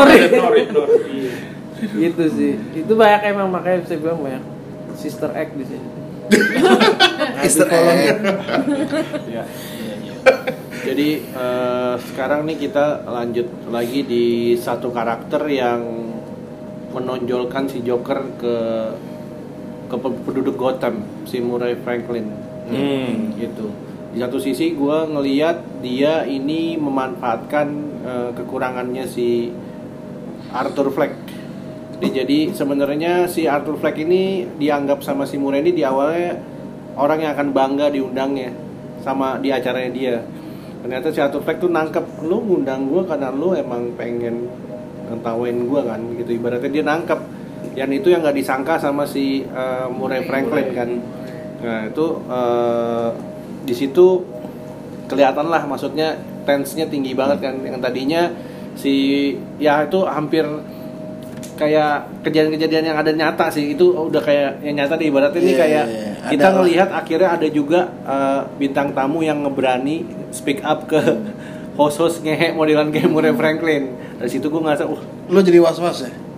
Gitu sih. Itu banyak emang, makanya saya bilang banyak Sister Act di sini. Easter egg. Ya. Jadi sekarang nih kita lanjut lagi di satu karakter yang menonjolkan si Joker ke penduduk Gotham, si Murray Franklin. Gitu. Di satu sisi gue ngelihat dia ini memanfaatkan kekurangannya si Arthur Fleck. Jadi sebenarnya si Arthur Fleck ini dianggap sama si Murray ini di awalnya orang yang akan bangga diundangnya sama di acaranya dia. Ternyata si Arthur Fleck tuh nangkep, lu ngundang gue karena lu emang pengen ngetawain gue kan gitu. Ibaratnya dia nangkep yang itu yang nggak disangka sama si Murray Franklin kan. Nah itu di situ kelihatan lah, maksudnya tense-nya tinggi banget kan. Yang tadinya itu hampir kayak kejadian-kejadian yang ada nyata sih, itu udah kayak yang nyata deh ibaratnya. Ini kayak kita ngelihat akhirnya ada juga bintang tamu yang ngeberani speak up ke host-host ngehe modelan kayak Murray Franklin. Dari situ gue ngerasa lo jadi was-was ya?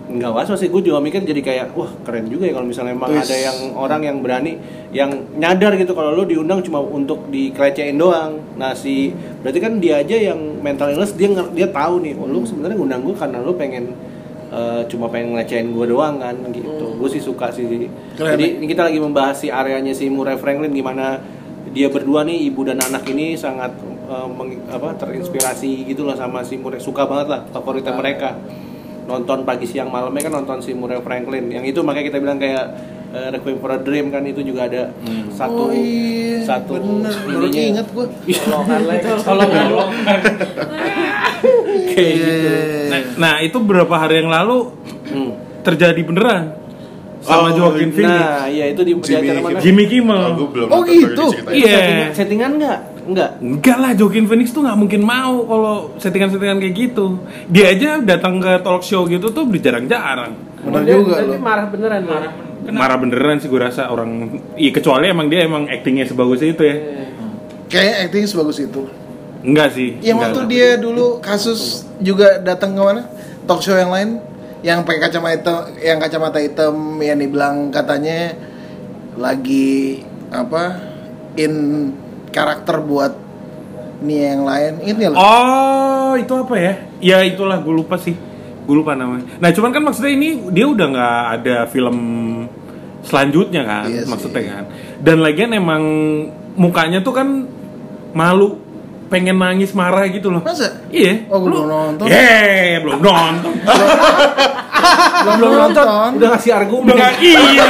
nggak was sih, gue juga mikir jadi kayak wah keren juga ya kalau misalnya memang ada yang orang yang berani yang nyadar gitu kalau lo diundang cuma untuk dikelecehin doang. Nah berarti kan dia aja yang mental illness, dia tahu nih, oh lo sebenarnya ngundang gue karena lo pengen cuma pengen ngelecehin gue doang kan gitu. Gue sih suka sih. Keren. Jadi ini kita lagi membahas si areanya si Murray Franklin, gimana dia berdua nih, ibu dan anak ini sangat terinspirasi gitu lah sama si Murray, suka banget lah, favoritnya mereka. Nonton pagi siang malamnya kan nonton si Murray Franklin. Yang itu makanya kita bilang kayak Requiem for a Dream kan, itu juga ada satu baru ingat gue. Tolong. Kayak gitu. Nah, itu beberapa hari yang lalu terjadi beneran sama Joaquin Phoenix. Nah, iya itu di acara mana? Jimmy Kimmel. Oh gitu. Iya. Settingan Enggak lah, Joaquin Phoenix tuh nggak mungkin mau kalau settingan-settingan kayak gitu. Dia aja datang ke talk show gitu tuh jarang-jarang. Benar juga loh. Tapi marah beneran. Marah beneran sih gue rasa orang. Iya, kecuali emang dia aktingnya sebagus itu ya. Kayaknya acting sebagus itu. Enggak sih. Yang waktu dia dulu kasus juga datang ke mana? Talk show yang lain yang pakai kacamata hitam yang dibilang katanya lagi in karakter buat nih yang lain ini loh. Oh, itu apa ya? Ya itulah, gue lupa namanya. Nah, cuman kan maksudnya ini dia udah nggak ada film selanjutnya kan, iya maksudnya kan. Dan lagian emang mukanya tuh kan malu, pengen nangis marah gitu loh. Masa? Iya. Oh, gue belum nonton. Belum nonton. belum nonton. Udah ngasih argumen. Iya.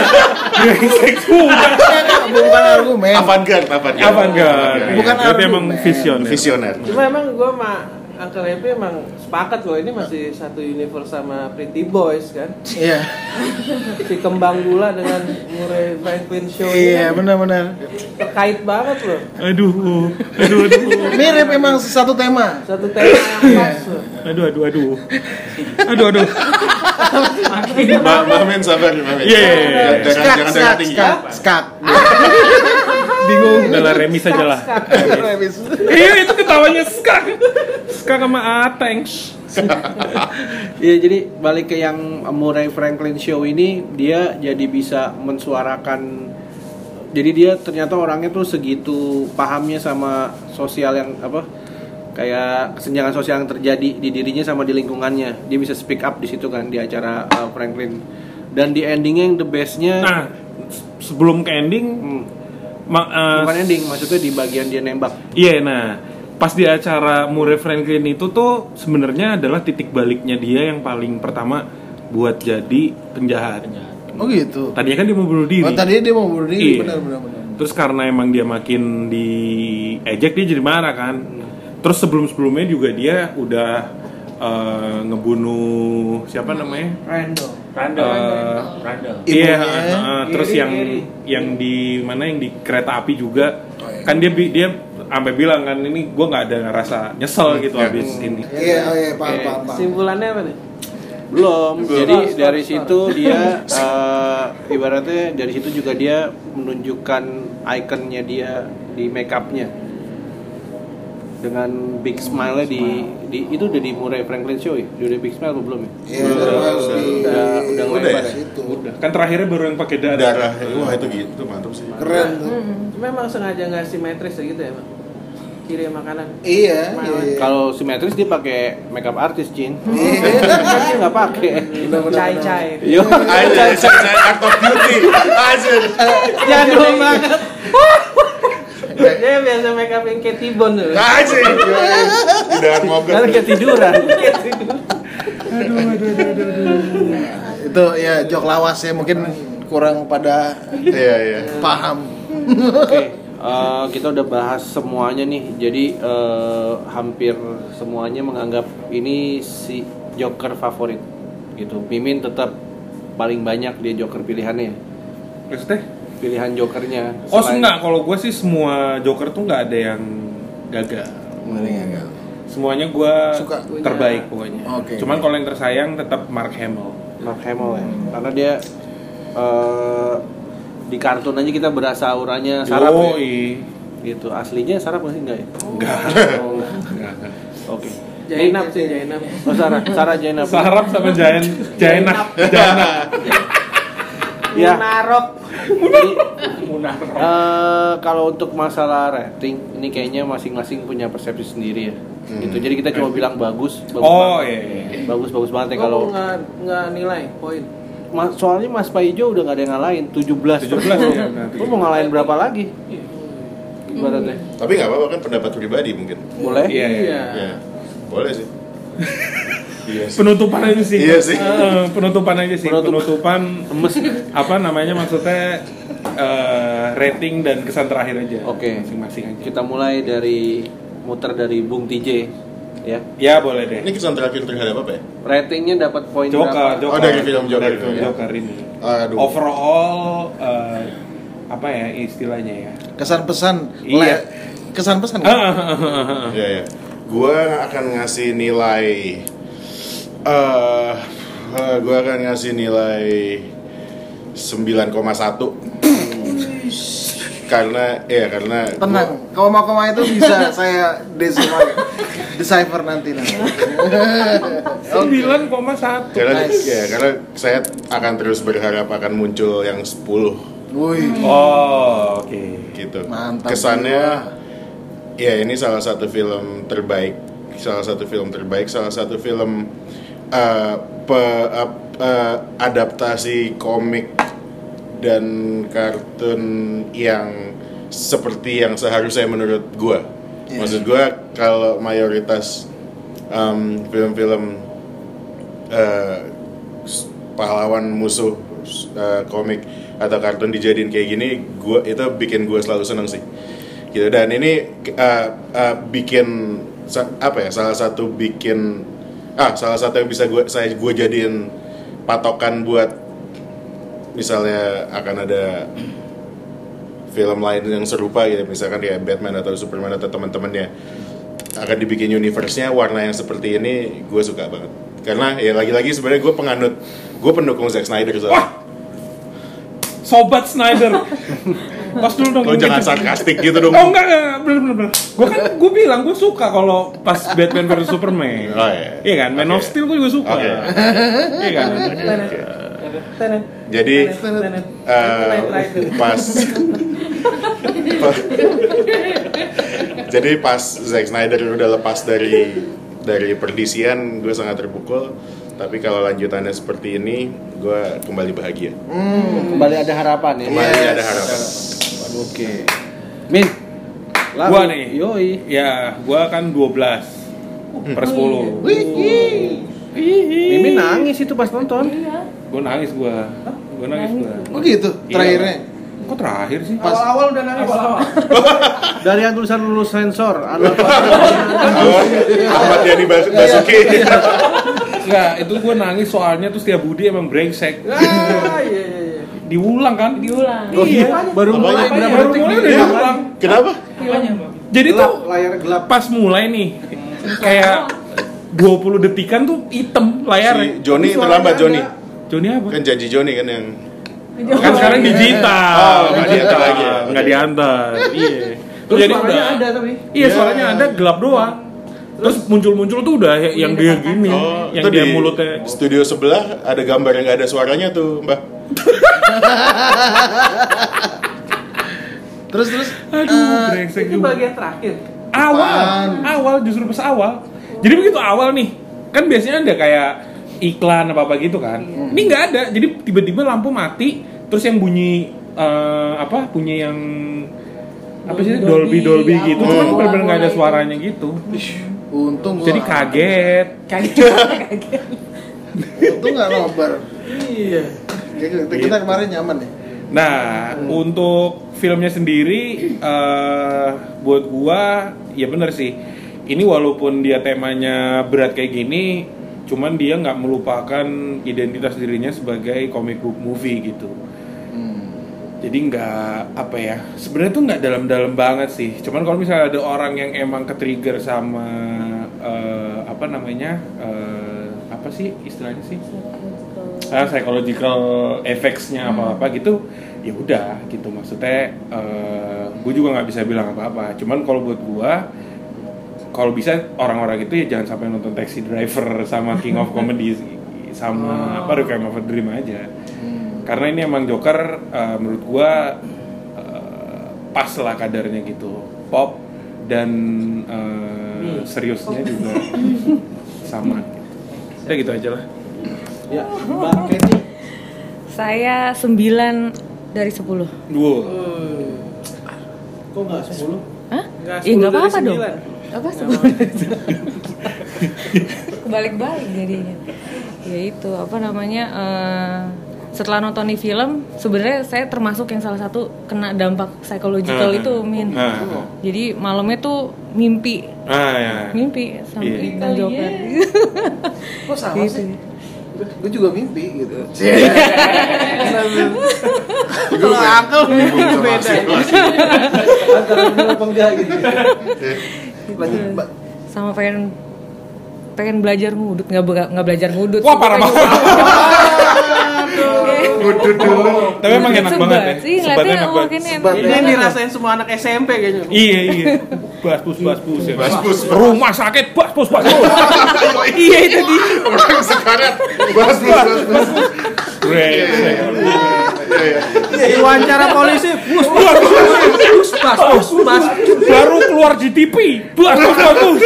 Bukan argumen. Avant-garde. Bukan argumen. Emang visioner. Cuma emang gue sama Uncle Happy emang sepakat loh, ini masih satu universe sama Pretty Boys kan. Iya. Si Kembang Gula dengan Murray Franklin show. Iya, benar-benar. Terkait banget loh. Aduh. Mirip emang satu tema. Satu tema yang pas loh. Aduh. Mbak Men sabar. Iya. Jangan darah tinggi. Skak. Bingung. Udah remis aja lah. Iya, itu ketawanya skak sama Atengs. Iya, jadi balik ke yang Murray Franklin show ini, dia jadi bisa mensuarakan. Jadi dia ternyata orangnya tuh segitu pahamnya sama sosial yang kayak kesenjangan sosial yang terjadi di dirinya sama di lingkungannya. Dia bisa speak up di situ kan di acara Franklin. Dan di endingnya yang the bestnya. Nah, sebelum ke ending, bukan ending, maksudnya di bagian dia nembak. Iya, nah pas di acara Murray Franklin itu tuh sebenarnya adalah titik baliknya dia yang paling pertama buat jadi penjahat. Oh gitu. Tadinya kan dia mau bunuh diri. Tadinya dia mau bunuh diri. Iya. Benar. Terus karena emang dia makin diejek, dia jadi marah kan. Terus sebelumnya juga dia udah ngebunuh siapa namanya? Randall. Iya. Terus yang di mana, yang di kereta api juga. Kan dia sampai bilang kan, ini gue nggak ada rasa nyesel gitu habis ini. Iya, paham. Simpulannya apa nih? Belum. Jadi dari situ dia ibaratnya dari situ juga dia menunjukkan ikonnya dia di make upnya dengan big smile-nya di itu udah di Murray Franklin show ya? Udah big smile atau belum ya? Iya, udah lebar ya? Udah. Kan terakhirnya baru yang pakai darah. Wah, itu gitu mantap sih. Keren tuh. Memang sengaja nggak simetris gitu ya, Bang? Kiri makanan. Iya. Kalau simetris dia pakai makeup artist, Cin. Dia nggak pakai. Cai. Yo, Saya art of beauty. Asik. Jadul banget. Dia biasa make up yang kayak Tibon tuh. Asik. Tidak mau karena ketiduran. Aduh. Itu ya jok lawas ya, mungkin kurang pada paham. Oke. Kita udah bahas semuanya nih. Jadi hampir semuanya menganggap ini si Joker favorit gitu. Mimin tetap paling banyak dia Joker pilihannya. Maksudnya? Pilihan Jokernya. Oh enggak, kalau gue sih semua Joker tuh nggak ada yang gagal. Semuanya gue terbaik pokoknya. Okay. Cuman kalau yang tersayang tetap Mark Hamill ya. Karena dia di kartun aja kita berasa auranya sarap ya. Gitu. Aslinya sarap nggak sih? Enggak ya? Enggak. Oke. Jainab sih, Jainab. Oh, Sarah Jainab. Sarap sama Jainab. Ya. Jadi, Munarok. kalau untuk masalah rating, ini kayaknya masing-masing punya persepsi sendiri ya. Gitu. Jadi kita cuma bilang bagus Oh banget. iya. Bagus banget ya Kalau kalau nggak nilai poin. soalnya Mas Paijo udah nggak ada yang ngalahin 17 ya. Lu mau ngalahin berapa lagi? Ibaratnya. Tapi nggak apa-apa kan pendapat pribadi mungkin. Boleh? Iya. Ya, boleh sih. Iya sih. Penutupan aja sih. Iya sih. Penutupan aja sih. Penutupan Lemes. apa namanya maksudnya rating dan kesan terakhir aja. Oke. Masing-masing aja. Kita mulai dari muter dari Bung TJ ya. Ya boleh deh. Ini kesan terakhir terhadap apa ya? Ratingnya dapat poin Joker. berapa? Oh, dari film Joker Dari itu film ya? Joker ini. Aduh. Overall apa ya istilahnya ya? Kesan pesan. Iya. Kesan pesan. Ya. Gua akan ngasih nilai gua akan ngasih nilai 9,1. karena Tenang, koma-koma itu bisa saya decipher nanti. 9,1. Karena saya akan terus berharap akan muncul yang 10 Wih. Oh, oke. gitu. Mantap. Kesannya ya ini salah satu film terbaik, salah satu film adaptasi komik dan kartun yang seperti yang seharusnya menurut gua. Yes. Maksud gua kalau mayoritas film-film pahlawan musuh komik atau kartun dijadiin kayak gini, itu bikin gua selalu seneng sih. Gitu. Dan ini bikin salah satu yang bisa gue jadiin patokan buat misalnya akan ada film lain yang serupa gitu, misalkan kayak Batman atau Superman atau teman-temannya akan dibikin universe-nya warna yang seperti ini, gue suka banget. Karena ya lagi-lagi sebenarnya gue pendukung Zack Snyder soalnya. Wah, Sobat Snyder. Pas dulu dong. Lo jangan sarkastik gitu dong. Oh enggak, bener. Gue bilang gue suka kalau pas Batman vs Superman. Oh iya. Iya kan, Man of Steel gue juga suka. Oke. Iya kan. Jadi pas Zack Snyder udah lepas dari perdisian, gue sangat terpukul. Tapi kalau lanjutannya seperti ini, gue kembali bahagia. Kembali ada harapan ya. Kembali ada harapan. Oke. Min. Lalu, Gua nih. Yoi. Ya, gue kan 12 per 10. Mimin nangis itu pas nonton. Gue nangis gue. Oh gitu, terakhirnya. Kok terakhir sih? Awal-awal udah nangis. Dari yang tulisan lulus sensor. Ahmad Yani Basuki. Enggak, itu gue nangis soalnya tuh Setia Budi emang brengsek. Iya. Diulang kan? Oh iya, baru mulai berapa Baru detik mulai nih? udah diulang. Kenapa? Jadi Gelap, tuh layar gelap. pas mulai nih kayak 20 detikan tuh hitam layarnya. Si Joni terlambat, Joni. Joni apa? Kan janji Joni kan yang Kan sekarang digital. nggak diantar lagi ya? Nggak diantar. Iya. Terus jadi suaranya udah ada tapi. Iya, suaranya ada, gelap doang. Terus muncul tuh udah yang dia gini, yang itu dia di mulutnya. studio sebelah ada gambar yang nggak ada suaranya tuh, Mbak. Terus Aduh, brengsek Itu juga. bagian terakhir. Awal justru pas awal. Jadi begitu awal nih, kan biasanya ada kayak iklan apa gitu kan. Ini nggak ada. Jadi tiba-tiba lampu mati, terus yang bunyi bunyi yang apa sih Dolby gitu. Cuman benar-benar nggak ada suaranya gitu. untung gua. Jadi kaget. Untung nggak nobar. Iya. Kita kemarin nyaman ya. Nah, untuk filmnya sendiri buat gua ya bener sih. Ini walaupun dia temanya berat kayak gini, cuman dia nggak melupakan identitas dirinya sebagai comic book movie gitu. Jadi nggak sebenarnya tuh nggak dalam-dalam banget sih. Cuman kalau misalnya ada orang yang emang ketrigger sama apa sih istilahnya sih? Psychological effects-nya apa gitu, ya udah gitu maksudnya. Gue juga nggak bisa bilang apa-apa. Cuman kalau buat gue kalau bisa orang-orang itu ya jangan sampai nonton Taxi Driver sama King of Comedy sama Requiem of a Dream aja. Karena ini emang Joker menurut gua pas lah kadarnya gitu, pop dan seriusnya juga sama. Udah gitu aja lah. Ya, Mbak Kenny. Saya 9 dari 10. Wow. Kok nggak 10? Hah? Nggak, Iya nggak 10 dari apa-apa dong. 9. Apa 10 dari 10? Kebalik-balik jadinya. Ya itu apa namanya? Setelah nonton nih film, sebenarnya saya termasuk yang salah satu kena dampak psychological itu, Min. Jadi malamnya tuh mimpi. Ya. Mimpi sampai nonton Joker. Kok sama Gitu. sih? Gue juga mimpi gitu. Kalau akal beda. Antara benar apa enggak gitu. Lanjut, Mbak. Sama pengen belajar ngudut, nggak belajar ngudut. Wah, parah banget. Ngudut dulu. Tapi emang enak banget ya. Sih, Sebatnya ngeliatnya enak banget. makin Sebat. enak. Ini yang dirasain semua anak SMP kayaknya. Iya. Baspus ya. Baspus. Rumah sakit baspus. Iya itu dia. Orang sekarat. Bas. Wawancara polisi, bus. Baru keluar di TV. Baspus.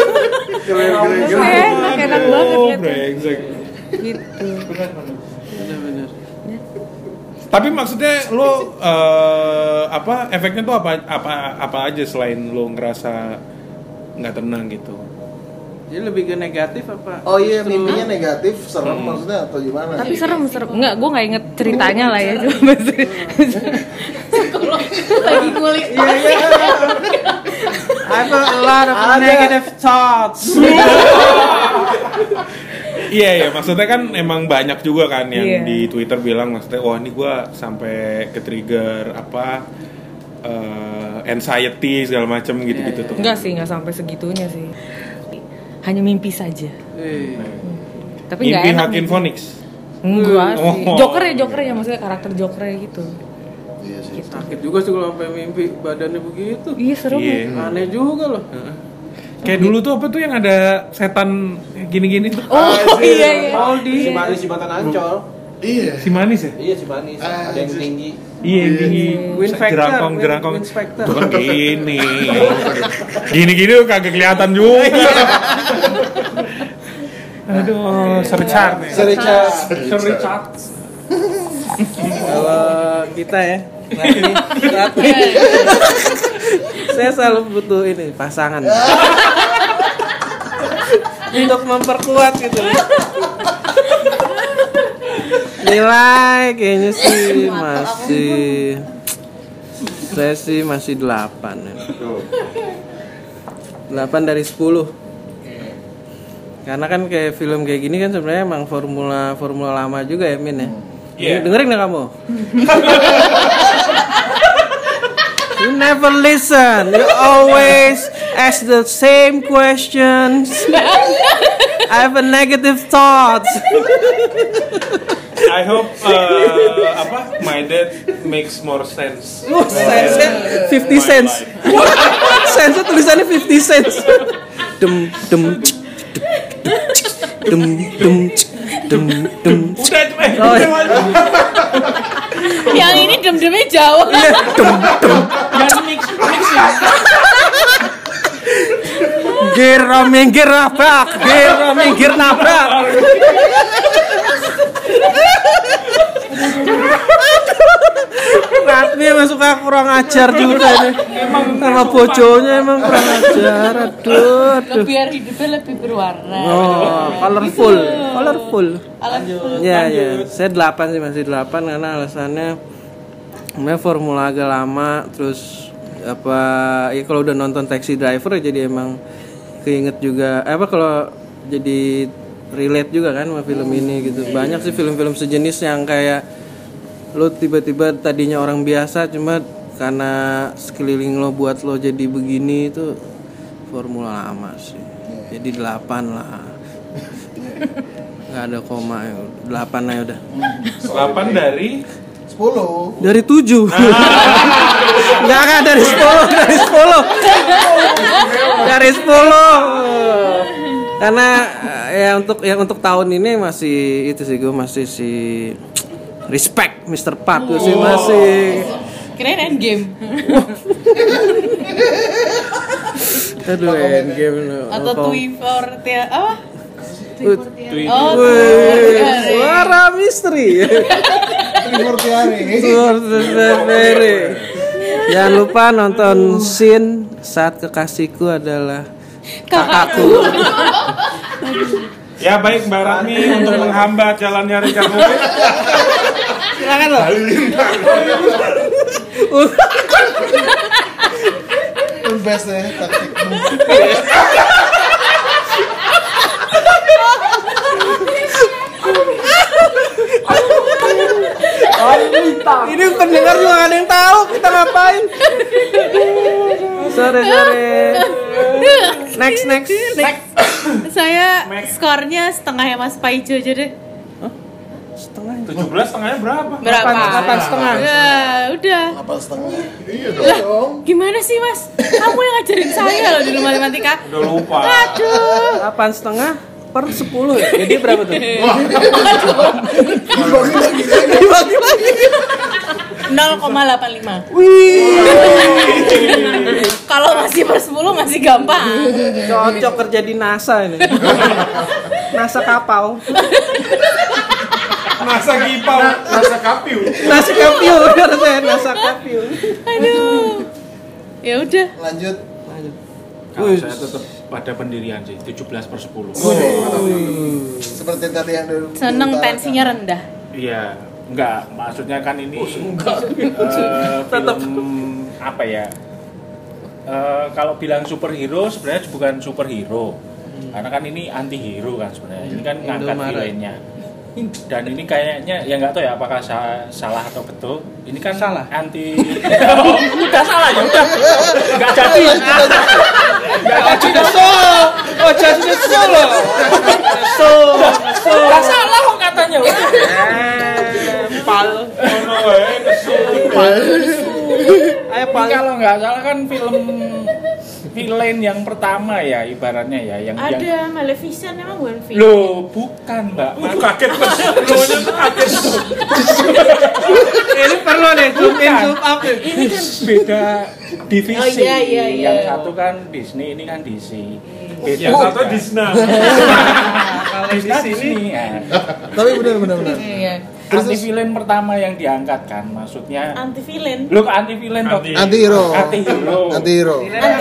Enak banget Oh, gitu. brengsek. Gitu. Bener-bener. Tapi maksudnya lo efeknya tuh apa aja selain lo ngerasa nggak tenang gitu? Jadi lebih ke negatif apa? Oh iya, mimpinya negatif, serem maksudnya atau gimana? Tapi serem. Enggak, gue nggak inget ceritanya lah ya. Cuma Lagi ngulik. I have a lot of negative thoughts. Iya, maksudnya kan emang banyak juga kan yang Iya. di Twitter bilang maksudnya, wah ini gue sampai ke trigger anxiety segala macem gitu-gitu tuh. enggak sih, nggak sampai segitunya sih. Hanya mimpi saja. Tapi nggak Mimpi enak. Joaquin Phoenix. Enggak sih. Oh. Jokernya maksudnya karakter Jokernya gitu. Iya sih. Sakit juga sih kalau sampai mimpi badannya begitu. Iya serem. Iya. Aneh juga loh. Kayak dulu tuh apa tuh yang ada setan gini-gini tuh? Oh iya. Mau di Si Manis jembatan Ancol. Iya. Si manis ya? Iya si Manis. Ada yang tinggi. Iya, yang tinggi. Wind Factor, Jerangkong. Wind Factor. Bukan gini. Gini-gini tuh kagak kelihatan juga. Aduh, Richard nih. Richard. Kalau kita ya, Ratni. Saya selalu butuh ini pasangan untuk memperkuat gitu. Nilai kayaknya sih saya sih masih 8 ya. 8 dari 10. Karena kan kayak film kayak gini kan sebenarnya emang formula lama juga ya, Min ya. Iya. Dengerin nggak kamu? You never listen. You always ask the same questions. I have a negative thoughts. I hope my dad makes more sense. Sense 50 cents. Sense tulisannya 50 cents. Udah, Oh, iya. Yang ini dem-demnya jauh. Gira minggir nabrak. Ratni emang suka kurang ajar juga nih. Sama bojonya emang kurang ajar. Aduh. Biar hidupnya lebih berwarna. Oh, colorful. Lanjut. Ya. Saya 8 sih, masih 8 karena alasannya sebenarnya formula agak lama, terus kalau udah nonton Taxi Driver jadi emang keinget juga kalau jadi relate juga kan sama film ini gitu. Banyak sih film-film sejenis yang kayak lo tiba-tiba tadinya orang biasa cuma karena sekeliling lo buat lo jadi begini, itu formula lama sih. Jadi 8 lah. Nggak ada koma ya. 8 aja udah. 8 dari 10. Dari 7. Enggak dari 10, dari 10. Karena untuk tahun ini masih itu sih, gue masih respect Mr. Park tuh sih masih. Kirain Endgame. Aduh, Endgame lo. Atau Twitter apa? Suara misteri. Jangan lupa nonton Scene Saat Kekasihku Adalah Kakakku. Ya baik Mbak Rani untuk menghambat jalannya Richard Movie. Silakan loh. Best ya taktik. Ini pendengar juga gak ada yang tahu kita ngapain. Sorry. Next. Saya skornya setengahnya Mas Paijo aja deh. Setengah. 17 setengahnya berapa? Berapa? 8,5. Ya, udah. 8,5. Iya Lah, gimana sih Mas? Kamu yang ngajarin saya loh di rumah matematika. Udah lupa. Aduh. 8,5/10 ya. Jadi berapa tuh? Dibagi lagi. 0,85. Wih. Kalau masih per 10 masih gampang. Cocok kerja di NASA ini. NASA kapal. Masa Gipau, masa Kapiu. NASA kapiu, harusnya NASA kapiu. Aduh. Ya udah. Lanjut. Kalau saya tetap pada pendirian sih 17/10. Seperti tadi yang dulu. Seneng tensinya rendah. Iya, enggak, maksudnya kan ini film apa ya? Kalau bilang superhero sebenarnya bukan superhero. Karena kan ini anti hero kan sebenarnya. Ini kan ngangkat villainnya. Dan ini kayaknya ya nggak tahu ya apakah salah atau betul. Ini kan salah anti udah salah ya udah nggak jadi nggak salah kok katanya pal kalau nggak salah kan film villain yang pertama ya ibaratnya ya yang ada Maleficent emang bukan film. Loh, bukan Mbak. Kaget kaget. Ini perlu deh zoom in zoom up. Ini kan beda divisi. Oh iya. Yang satu kan Disney, ini kan DC. Yang satu Disney. Kalau di sini Tapi benar. Iya. Anti villain pertama yang diangkat kan, maksudnya Anti villain. Loh, anti villain toh. Anti hero. Antimo.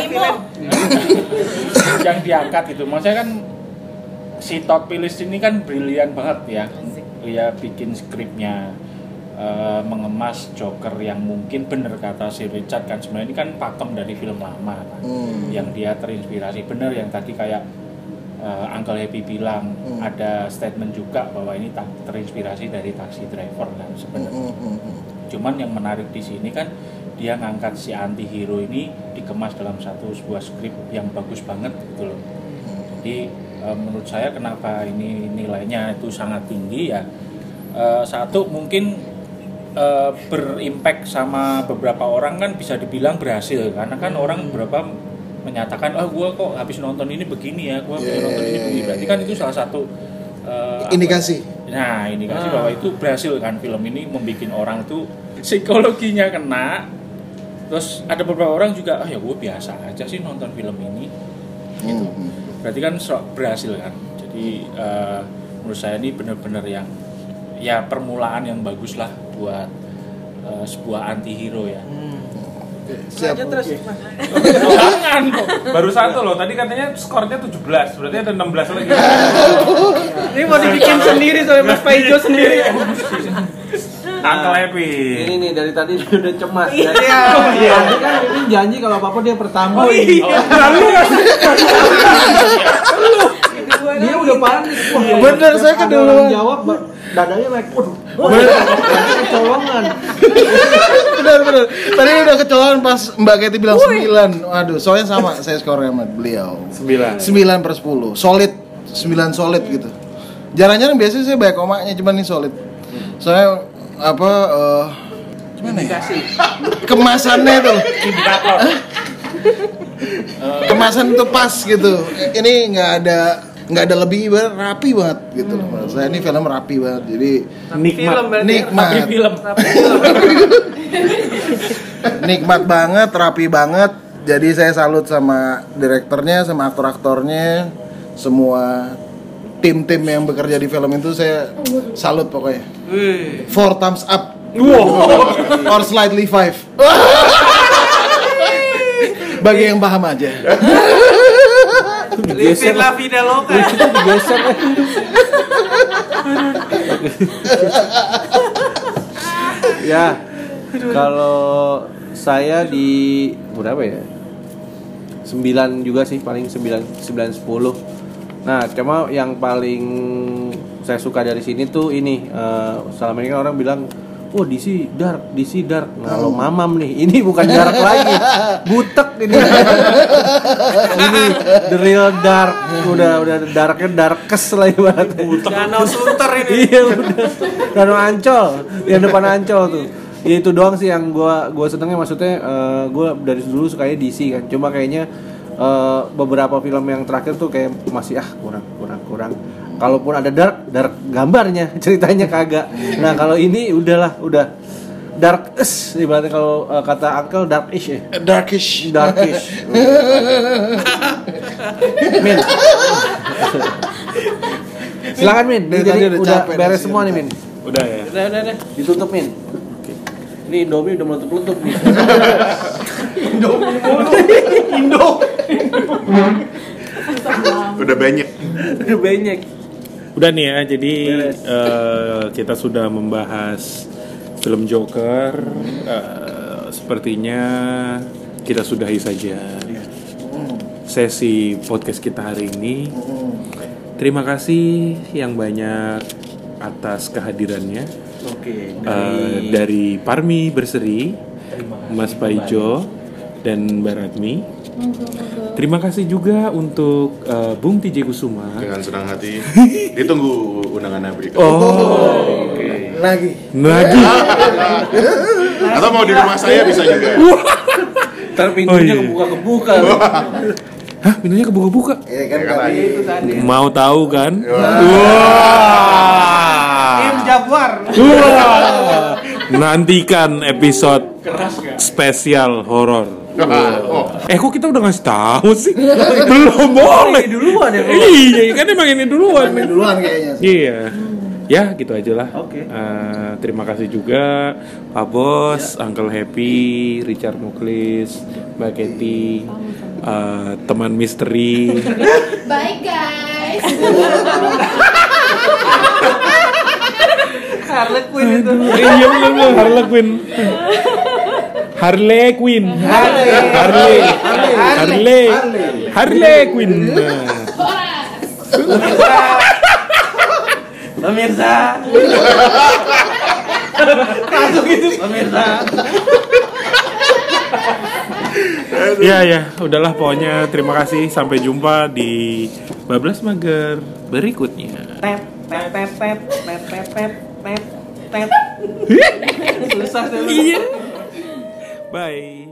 Yang diangkat itu, maksudnya kan si Todd Phillips ini kan brilian banget ya. Dia bikin skripnya, mengemas Joker yang mungkin bener kata si Richard kan sebenarnya ini kan pakem dari film lama kan. Yang dia terinspirasi bener yang tadi kayak Uncle Happy bilang ada statement juga bahwa ini terinspirasi dari Taxi Driver kan sebenarnya. Cuman yang menarik di sini kan dia ngangkat si anti hero ini dikemas dalam sebuah skrip yang bagus banget gitu loh. Jadi menurut saya kenapa ini nilainya itu sangat tinggi ya. Satu mungkin berimpact sama beberapa orang kan bisa dibilang berhasil karena kan orang beberapa menyatakan gue kok habis nonton ini begini ya, gue habis nonton ini begini, berarti kan itu salah satu indikasi. Indikasi bahwa itu berhasil kan film ini membuat orang tuh psikologinya kena. Terus ada beberapa orang juga ya gue biasa aja sih nonton film ini gitu. Berarti kan berhasil kan. Jadi menurut saya ini benar-benar yang ya permulaan yang bagus lah buat sebuah anti hero ya. Siap. Terus Jangan kok. Baru satu loh. Tadi katanya skornya 17. Berarti ada 16 lagi. ini mau dibikin sendiri soalnya Mas Paijo sendiri. Uncle Happy. Ini nih dari tadi dia udah cemas ya. Iya. Tadi kan ini janji kalau apa-apa dia pertama. Dia udah panik. Bener, saya keduluan. Jawab dadanya naik. Waduh. Kecolongan. Bener. Tadi udah kecolongan pas Mbak Kety bilang 9. Waduh, soalnya sama saya skornya sama beliau. 9/10. Solid. 9 solid gitu. Jarang-jarang biasanya saya banyak komanya, cuman ini solid. Soalnya gimana ya? Kemasannya tuh. Kemasan itu pas gitu. Ini nggak ada lebih, rapi banget gitu loh. Menurut saya ini film rapi banget. Jadi nikmat. Nikmat banget, rapi banget. Jadi saya salut sama direkturnya, sama aktor-aktornya, semua tim-tim yang bekerja di film itu saya salut pokoknya. 4 thumbs up. Or slightly 5. Bagi yang paham aja. Living la vida loca. Digeser. Ya, kalau saya di berapa ya? 9 juga sih, paling 9-10. Nah, cuma yang paling saya suka dari sini tuh ini, selama ini kan orang bilang, oh DC dark. Nah, lo mamam nih, ini bukan dark lagi, butek ini. Ini the real dark, udah darknya darkes lah ibaratnya. Danau Sunter ini. Iya udah, Danau Ancol, yang depan Ancol tuh. Ya itu doang sih yang gua senengnya, maksudnya gua dari dulu sukanya DC kan, cuma kayaknya beberapa film yang terakhir tuh kayak masih kurang. Kalaupun ada dark gambarnya, ceritanya kagak. Nah kalau ini udah dark-ish, ibaratnya kalau kata Uncle dark-ish ya. Darkish. Min. Silakan Min. Ini jadi udah beres semua nih Min. Udah ya. Udah. Ditutup Min. Oke. Ini Indomie udah meletup nih. Indo. Udah banyak. Udah nih ya, jadi kita sudah membahas film Joker. Sepertinya kita sudahi saja sesi podcast kita hari ini. Terima kasih yang banyak atas kehadirannya. Dari Parmi Berseri, Mas Paijo, dan Mbak Radmi. Terima kasih juga untuk Bung TJ Kusuma. Dengan senang hati. Ditunggu undangannya berikutnya. Okay. Lagi. Atau mau di rumah saya bisa juga. Ntar pintunya kebuka. Hah, pintunya kebuka-buka? Iya kan Itu tadi. Mau tahu kan? Im Jaguar. Nantikan episode spesial horor. Kok kita udah ngasih tahu sih? Belum boleh. Duluan ya. Iya, kan emang ini duluan. Kayaknya. Iya. Ya, gitu aja lah. Oke. Terima kasih juga Pak Bos, Uncle Happy, Richard Muklis, Mbak Kety, teman misteri. Bye guys. Harley Quinn itu. Iya bener, Harley Quinn. Pemirsa. Langsung gitu. Pemirsa. Ya, udahlah pokoknya terima kasih, sampai jumpa di Bablas Mager berikutnya. Tep. Susah sih. Bye.